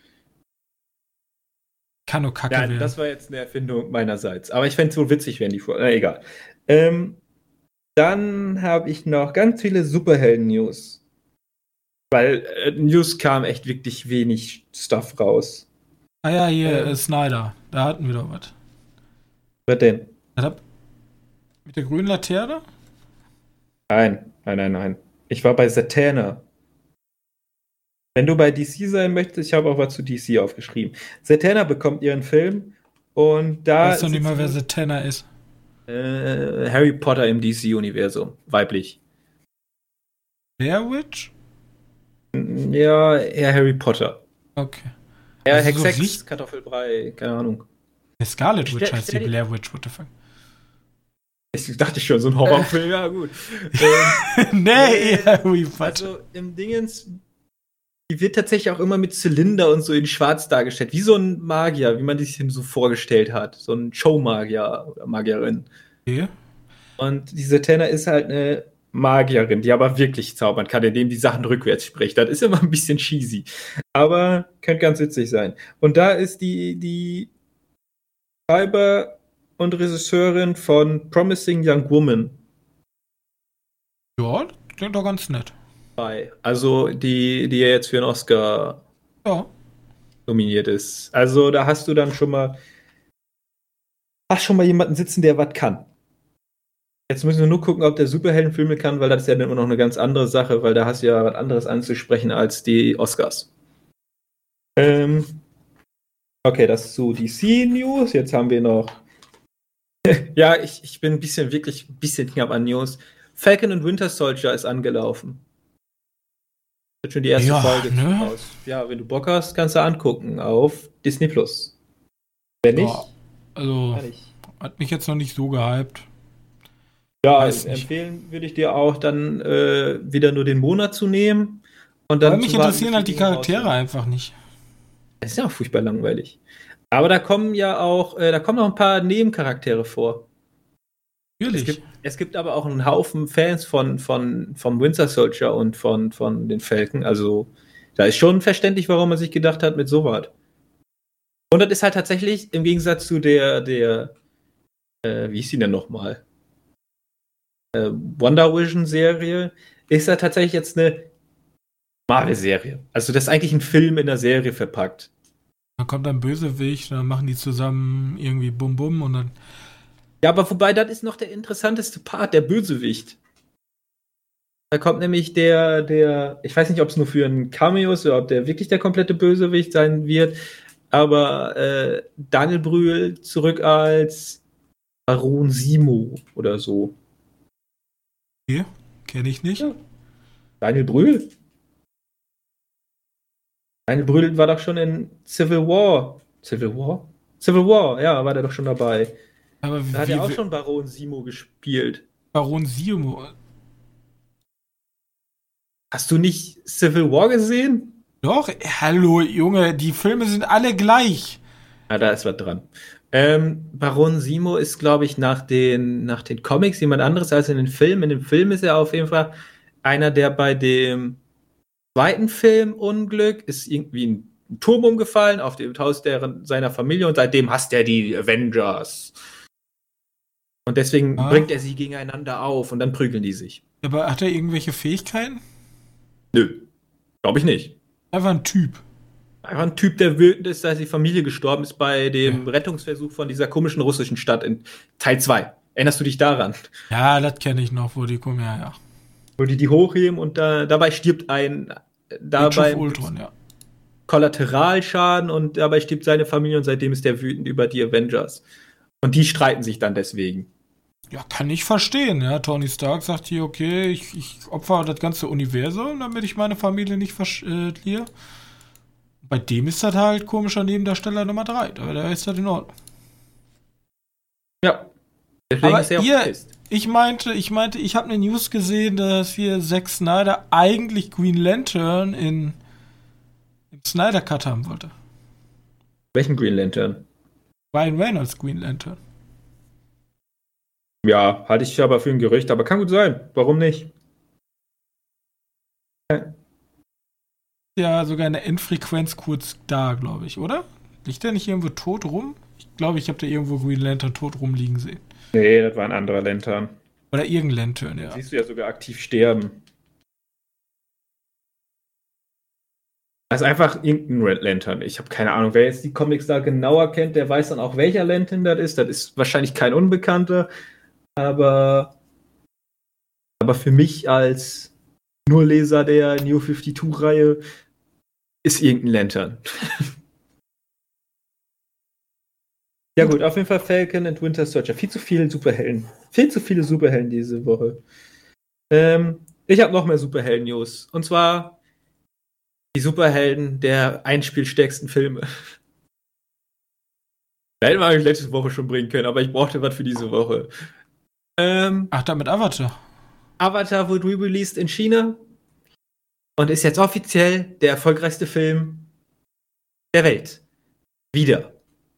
Kann nur Kacke Ja, werden. das war jetzt eine Erfindung meinerseits. Aber ich fände es wohl witzig, wenn die vor. Na, egal. Ähm, dann habe ich noch ganz viele Superhelden-News. Weil äh, News kam echt wirklich wenig Stuff raus. Ah ja, hier, Ähm. äh, Snyder. Da hatten wir doch was. Was denn? Was hab- Mit der grünen Laterne? Nein, nein, nein, nein. Ich war bei Zatanna. Wenn du bei D C sein möchtest, ich habe auch was zu D C aufgeschrieben. Zatanna bekommt ihren Film und da. Weißt du nicht mal, wer sitzt- Zatanna ist? äh, Harry Potter im D C-Universum. Weiblich. Blair Witch? Ja, eher Harry Potter. Okay. Ja, Also Hex, so Hex, richtig- Kartoffelbrei, keine Ahnung. Der Scarlet Witch Stell- heißt die stell dir- Blair Witch, what the fuck? Ich dachte schon, so ein Horrorfilm, ja gut. ähm, nee, äh, Harry Potter. also im Dingens, die wird tatsächlich auch immer mit Zylinder und so in schwarz dargestellt. Wie so ein Magier, wie man sich ihm so vorgestellt hat. So ein Showmagier oder Magierin. Okay. Und diese Tanner ist halt eine Magierin, die aber wirklich zaubern kann, indem die Sachen rückwärts spricht. Das ist immer ein bisschen cheesy. Aber könnte ganz witzig sein. Und da ist die, die Schreiber und Regisseurin von Promising Young Woman. Ja, klingt doch ganz nett. Also die, die ja jetzt für einen Oscar Ja. nominiert ist. Also da hast du dann schon mal hast schon mal jemanden sitzen, der was kann. Jetzt müssen wir nur gucken, ob der Superheldenfilme kann, weil das ist ja immer noch eine ganz andere Sache, weil da hast du ja was anderes anzusprechen als die Oscars. Ähm, okay, das zu D C-News. Jetzt haben wir noch ja, ich, ich bin ein bisschen, wirklich ein bisschen knapp an News. Falcon und Winter Soldier ist angelaufen. Wird schon die erste Ja, Folge ne? raus. Ja, wenn du Bock hast, kannst du angucken auf Disney Plus. Wenn nicht, Ja, also kann ich. hat mich jetzt noch nicht so gehypt. Ja, Weiß nicht. empfehlen würde ich dir auch dann äh, wieder nur den Monat zu nehmen. Und dann Weil mich zu warten, interessieren bis halt die Dinge raus Charaktere sind. einfach nicht. Das ist ja auch furchtbar langweilig. Aber da kommen ja auch, äh, da kommen noch ein paar Nebencharaktere vor. Es Natürlich. gibt, es gibt aber auch einen Haufen Fans von, von, vom Winter Soldier und von, von den Falcon. Also da ist schon verständlich, warum man sich gedacht hat mit sowas. Und das ist halt tatsächlich im Gegensatz zu der, der äh, wie hieß die denn nochmal? Äh, Wonder Vision Serie, ist da tatsächlich jetzt eine Marvel-Serie. Also das ist eigentlich ein Film in der Serie verpackt. Dann kommt ein Bösewicht, dann machen die zusammen irgendwie Bum Bum und dann. Ja, aber wobei, das ist noch der interessanteste Part, der Bösewicht. Da kommt nämlich der, der, ich weiß nicht, ob es nur für einen Cameo ist oder ob der wirklich der komplette Bösewicht sein wird, aber äh, Daniel Brühl zurück als Baron Simo oder so. Okay, kenne ich nicht. Ja. Daniel Brühl? Daniel Brühl war doch schon in Civil War. Civil War? Civil War, ja, war der doch schon dabei. Aber Da hat wie, er auch wie schon Baron Simo gespielt. Baron Simo. Hast du nicht Civil War gesehen? Doch, hallo Junge, die Filme sind alle gleich. Ah, da ist was dran. Ähm, Baron Simo ist, glaube ich, nach den, nach den Comics jemand anderes als in den Filmen. In dem Film ist er auf jeden Fall einer, der bei dem zweiten Film Unglück ist irgendwie ein Turm umgefallen auf dem Haus deren, seiner Familie und seitdem hasst er die Avengers. Und deswegen Ah. bringt er sie gegeneinander auf und dann prügeln die sich. Aber hat er irgendwelche Fähigkeiten? Nö, glaube ich nicht. Einfach ein Typ. Einfach ein Typ, der wütend ist, dass die Familie gestorben ist bei dem Ja. Rettungsversuch von dieser komischen russischen Stadt in Teil zwei. Erinnerst du dich daran? Ja, das kenne ich noch, wo die kommen, ja, ja. Wo die die hochheben und da, dabei stirbt ein dabei Age of Ultron, ja. Kollateralschaden und dabei stirbt seine Familie und seitdem ist der wütend über die Avengers. Und die streiten sich dann deswegen. Ja, kann ich verstehen, ja. Tony Stark sagt hier, okay, ich, ich opfer das ganze Universum, damit ich meine Familie nicht verliere. Bei dem ist das halt komischer Nebendarsteller Nummer drei, aber da ist das in Ordnung. Ja. Deswegen Aber ist er auch ihr- pisst. Ich meinte, ich meinte, ich habe eine News gesehen, dass hier Zack Snyder eigentlich Green Lantern in im Snyder Cut haben wollte. Welchen Green Lantern? Ryan Reynolds Green Lantern. Ja, halte ich aber für ein Gerücht, aber kann gut sein. Warum nicht? Ja, sogar in der Endfrequenz kurz da, glaube ich, oder? Liegt der nicht irgendwo tot rum? Ich glaube, ich habe da irgendwo Green Lantern tot rumliegen sehen. Nee, das war ein anderer Lantern. Oder irgendein Lantern, ja. Siehst du ja sogar aktiv sterben. Das ist einfach irgendein Red Lantern. Ich habe keine Ahnung, wer jetzt die Comics da genauer kennt, der weiß dann auch, welcher Lantern das ist. Das ist wahrscheinlich kein Unbekannter, aber, aber für mich als nur Leser der New fünfundfünfzig-Reihe ist irgendein Lantern. Ja gut, auf jeden Fall Falcon and Winter Soldier. Viel zu viele Superhelden. Viel zu viele Superhelden diese Woche. Ähm, ich habe noch mehr Superhelden-News. Und zwar die Superhelden der einspielstärksten Filme. Da hätten wir eigentlich letzte Woche schon bringen können, aber ich brauchte was für diese Woche. Ähm, Ach, da mit Avatar. Avatar wurde re-released in China und ist jetzt offiziell der erfolgreichste Film der Welt. Wieder.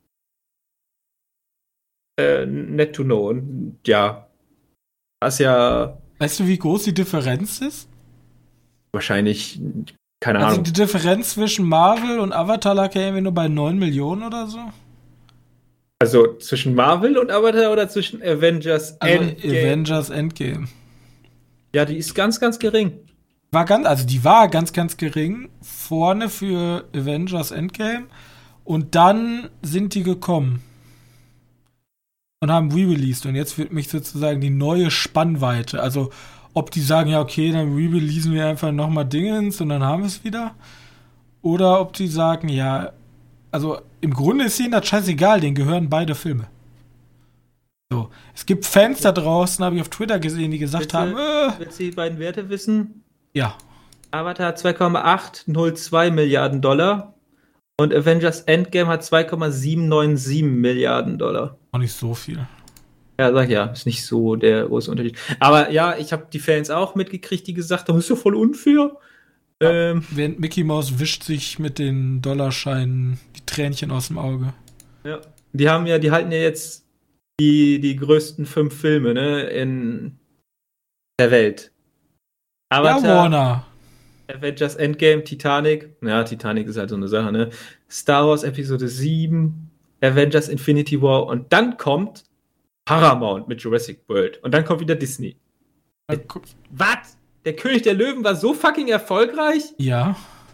Äh, net to know. Und ja, das ist ja Weißt du, wie groß die Differenz ist? wahrscheinlich, keine Also Ahnung. die Differenz zwischen Marvel und Avatar lag ja irgendwie nur bei neun Millionen oder so. Also zwischen Marvel und Avatar oder zwischen Avengers Also Endgame? Avengers Endgame. Ja, die ist ganz, ganz gering. War ganz, also die war ganz, ganz gering. Vorne für Avengers Endgame. Und dann sind die gekommen. Und haben re-released. Und jetzt wird mich sozusagen die neue Spannweite. Also, ob die sagen, ja, okay, dann re-releasen wir einfach nochmal Dingens und dann haben wir es wieder. Oder ob die sagen, ja, also im Grunde ist ihnen das scheißegal, denen gehören beide Filme. So. Es gibt Fans da draußen, habe ich auf Twitter gesehen, die gesagt Willst du, haben, äh, willst du die beiden Werte wissen? ja. Avatar hat zwei Komma acht null zwei Milliarden Dollar und Avengers Endgame hat zwei Komma sieben neun sieben Milliarden Dollar. Auch nicht so viel. Ja, sag ja, ist nicht so der große Unterschied. Aber ja, ich habe die Fans auch mitgekriegt, die gesagt haben, ist ja voll unfair. Ja, Ähm, während Mickey Mouse wischt sich mit den Dollarscheinen die Tränchen aus dem Auge. ja. Die haben ja, die halten ja jetzt die, die größten fünf Filme, ne, in der Welt. Avatar, Ja, Warner. Avengers Endgame, Titanic. Ja, Titanic ist halt so eine Sache, ne? Star Wars Episode sieben, Avengers Infinity War und dann kommt Paramount mit Jurassic World. Und dann kommt wieder Disney. Was? Der König der Löwen war so fucking erfolgreich? Ja.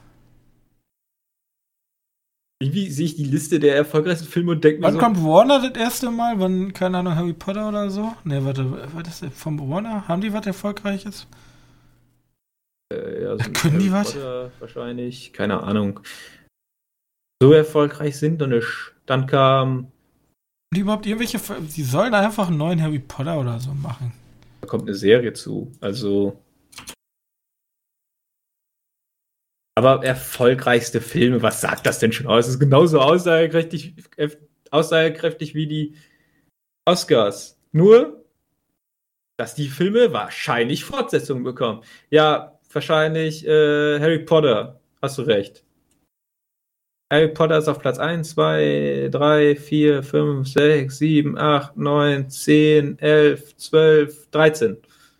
Irgendwie sehe ich die Liste der erfolgreichsten Filme und denke mir Wann so... kommt Warner das erste Mal? Wann, keine Ahnung, Harry Potter oder so? Ne, warte, was ist vom Warner? Haben die was Erfolgreiches? Äh, ja, so Können die was? Potter wahrscheinlich, keine Ahnung. So erfolgreich sind und nicht. Dann kam... Haben die überhaupt irgendwelche... Die sollen einfach einen neuen Harry Potter oder so machen. Da kommt eine Serie zu, also... Aber erfolgreichste Filme, was sagt das denn schon aus? Es ist genauso aussagekräftig, aussagekräftig wie die Oscars. Nur, dass die Filme wahrscheinlich Fortsetzungen bekommen. Ja, wahrscheinlich äh, Harry Potter. Hast du recht. Harry Potter ist auf Platz eins, zwei, drei, vier, fünf, sechs, sieben, acht, neun, zehn, elf, zwölf, dreizehn.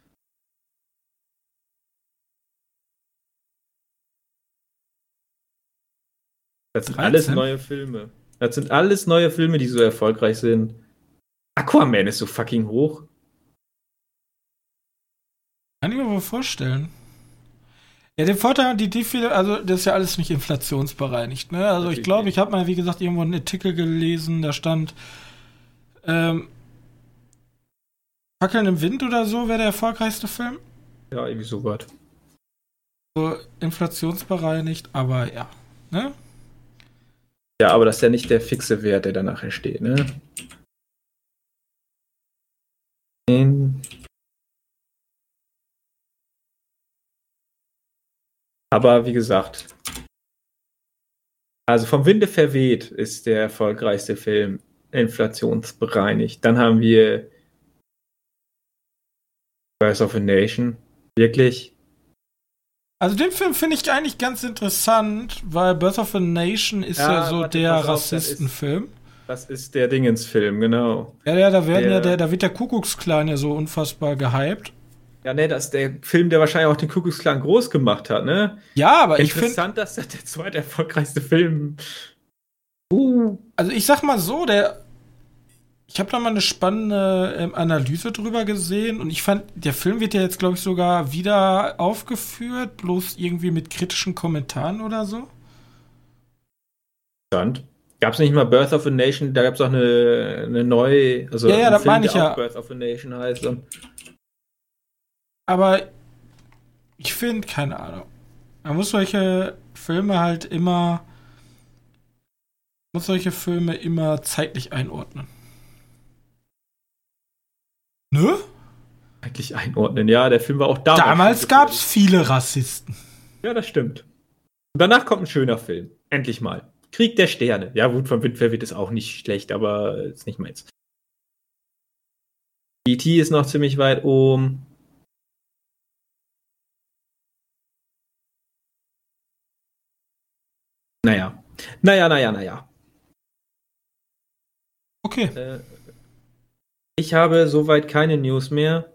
Das sind alles dreizehn? neue Filme. Das sind alles neue Filme, die so erfolgreich sind. Aquaman ist so fucking hoch. Kann ich mir wohl vorstellen. Ja, den Vorteil haben die, die viele, also das ist ja alles nicht inflationsbereinigt, ne? Also ich glaube, ich habe mal, wie gesagt, irgendwo einen Artikel gelesen, da stand ähm, Fackeln im Wind oder so wäre der erfolgreichste Film. Ja, irgendwie so was. So inflationsbereinigt, aber ja, ne? Ja, aber das ist ja nicht der fixe Wert, der danach entsteht, ne? In Aber wie gesagt, also vom Winde verweht ist der erfolgreichste Film inflationsbereinigt. Dann haben wir Birth of a Nation. Wirklich. Also den Film finde ich eigentlich ganz interessant, weil Birth of a Nation ist ja, Ja, so warte, der pass auf, das ist- Rassistenfilm. Das ist der Dingensfilm, genau. Ja, ja, da werden Der- ja, der, da wird der Kuckucksklan ja so unfassbar gehypt. Ja, ne, das ist der Film, der wahrscheinlich auch den Kuckucksklan groß gemacht hat, ne? Ja, aber ich finde, Interessant, dass das der zweite erfolgreichste Film. Uh. also ich sag mal so, der, ich habe da mal eine spannende ähm, Analyse drüber gesehen und ich fand, der Film wird ja jetzt, glaube ich, sogar wieder aufgeführt, bloß irgendwie mit kritischen Kommentaren oder so. Interessant. Gab es nicht mal Birth of a Nation? Da gab es auch eine, eine neue, also Ja, ja, einen das Film, meine ich der ja. auch Birth of a Nation heißt. Und Aber ich finde, keine Ahnung. Man muss solche Filme halt immer, muss solche Filme immer zeitlich einordnen. Ne? eigentlich einordnen. Ja, der Film war auch damals. Damals schon gab es viele Rassisten. Ja, das stimmt. Und danach kommt ein schöner Film. Endlich mal. Krieg der Sterne. Ja, gut, vom Wind verweht ist auch nicht schlecht, aber ist nicht meins. E T ist noch ziemlich weit oben. Naja. Naja, naja, naja. Okay. Äh, ich habe soweit keine News mehr.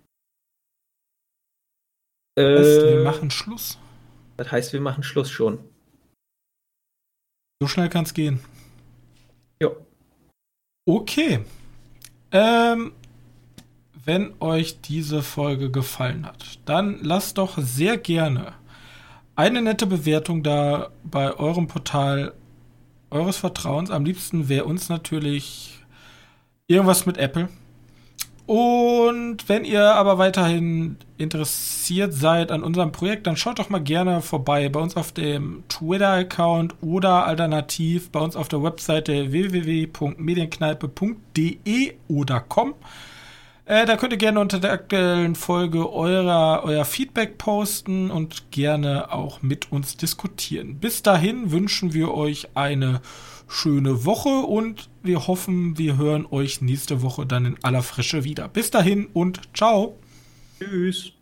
Äh, Das heißt, wir machen Schluss. Das heißt, wir machen Schluss schon. So schnell kann es gehen. Jo. Okay. Ähm, wenn euch diese Folge gefallen hat, dann lasst doch sehr gerne eine nette Bewertung da bei eurem Portal eures Vertrauens. Am liebsten wäre uns natürlich irgendwas mit Apple. Und wenn ihr aber weiterhin interessiert seid an unserem Projekt, dann schaut doch mal gerne vorbei bei uns auf dem Twitter-Account oder alternativ bei uns auf der Webseite w w w punkt medienkneipe punkt d e oder com. Äh, da könnt ihr gerne unter der aktuellen Folge eurer, euer Feedback posten und gerne auch mit uns diskutieren. Bis dahin wünschen wir euch eine schöne Woche und wir hoffen, wir hören euch nächste Woche dann in aller Frische wieder. Bis dahin und ciao. Tschüss.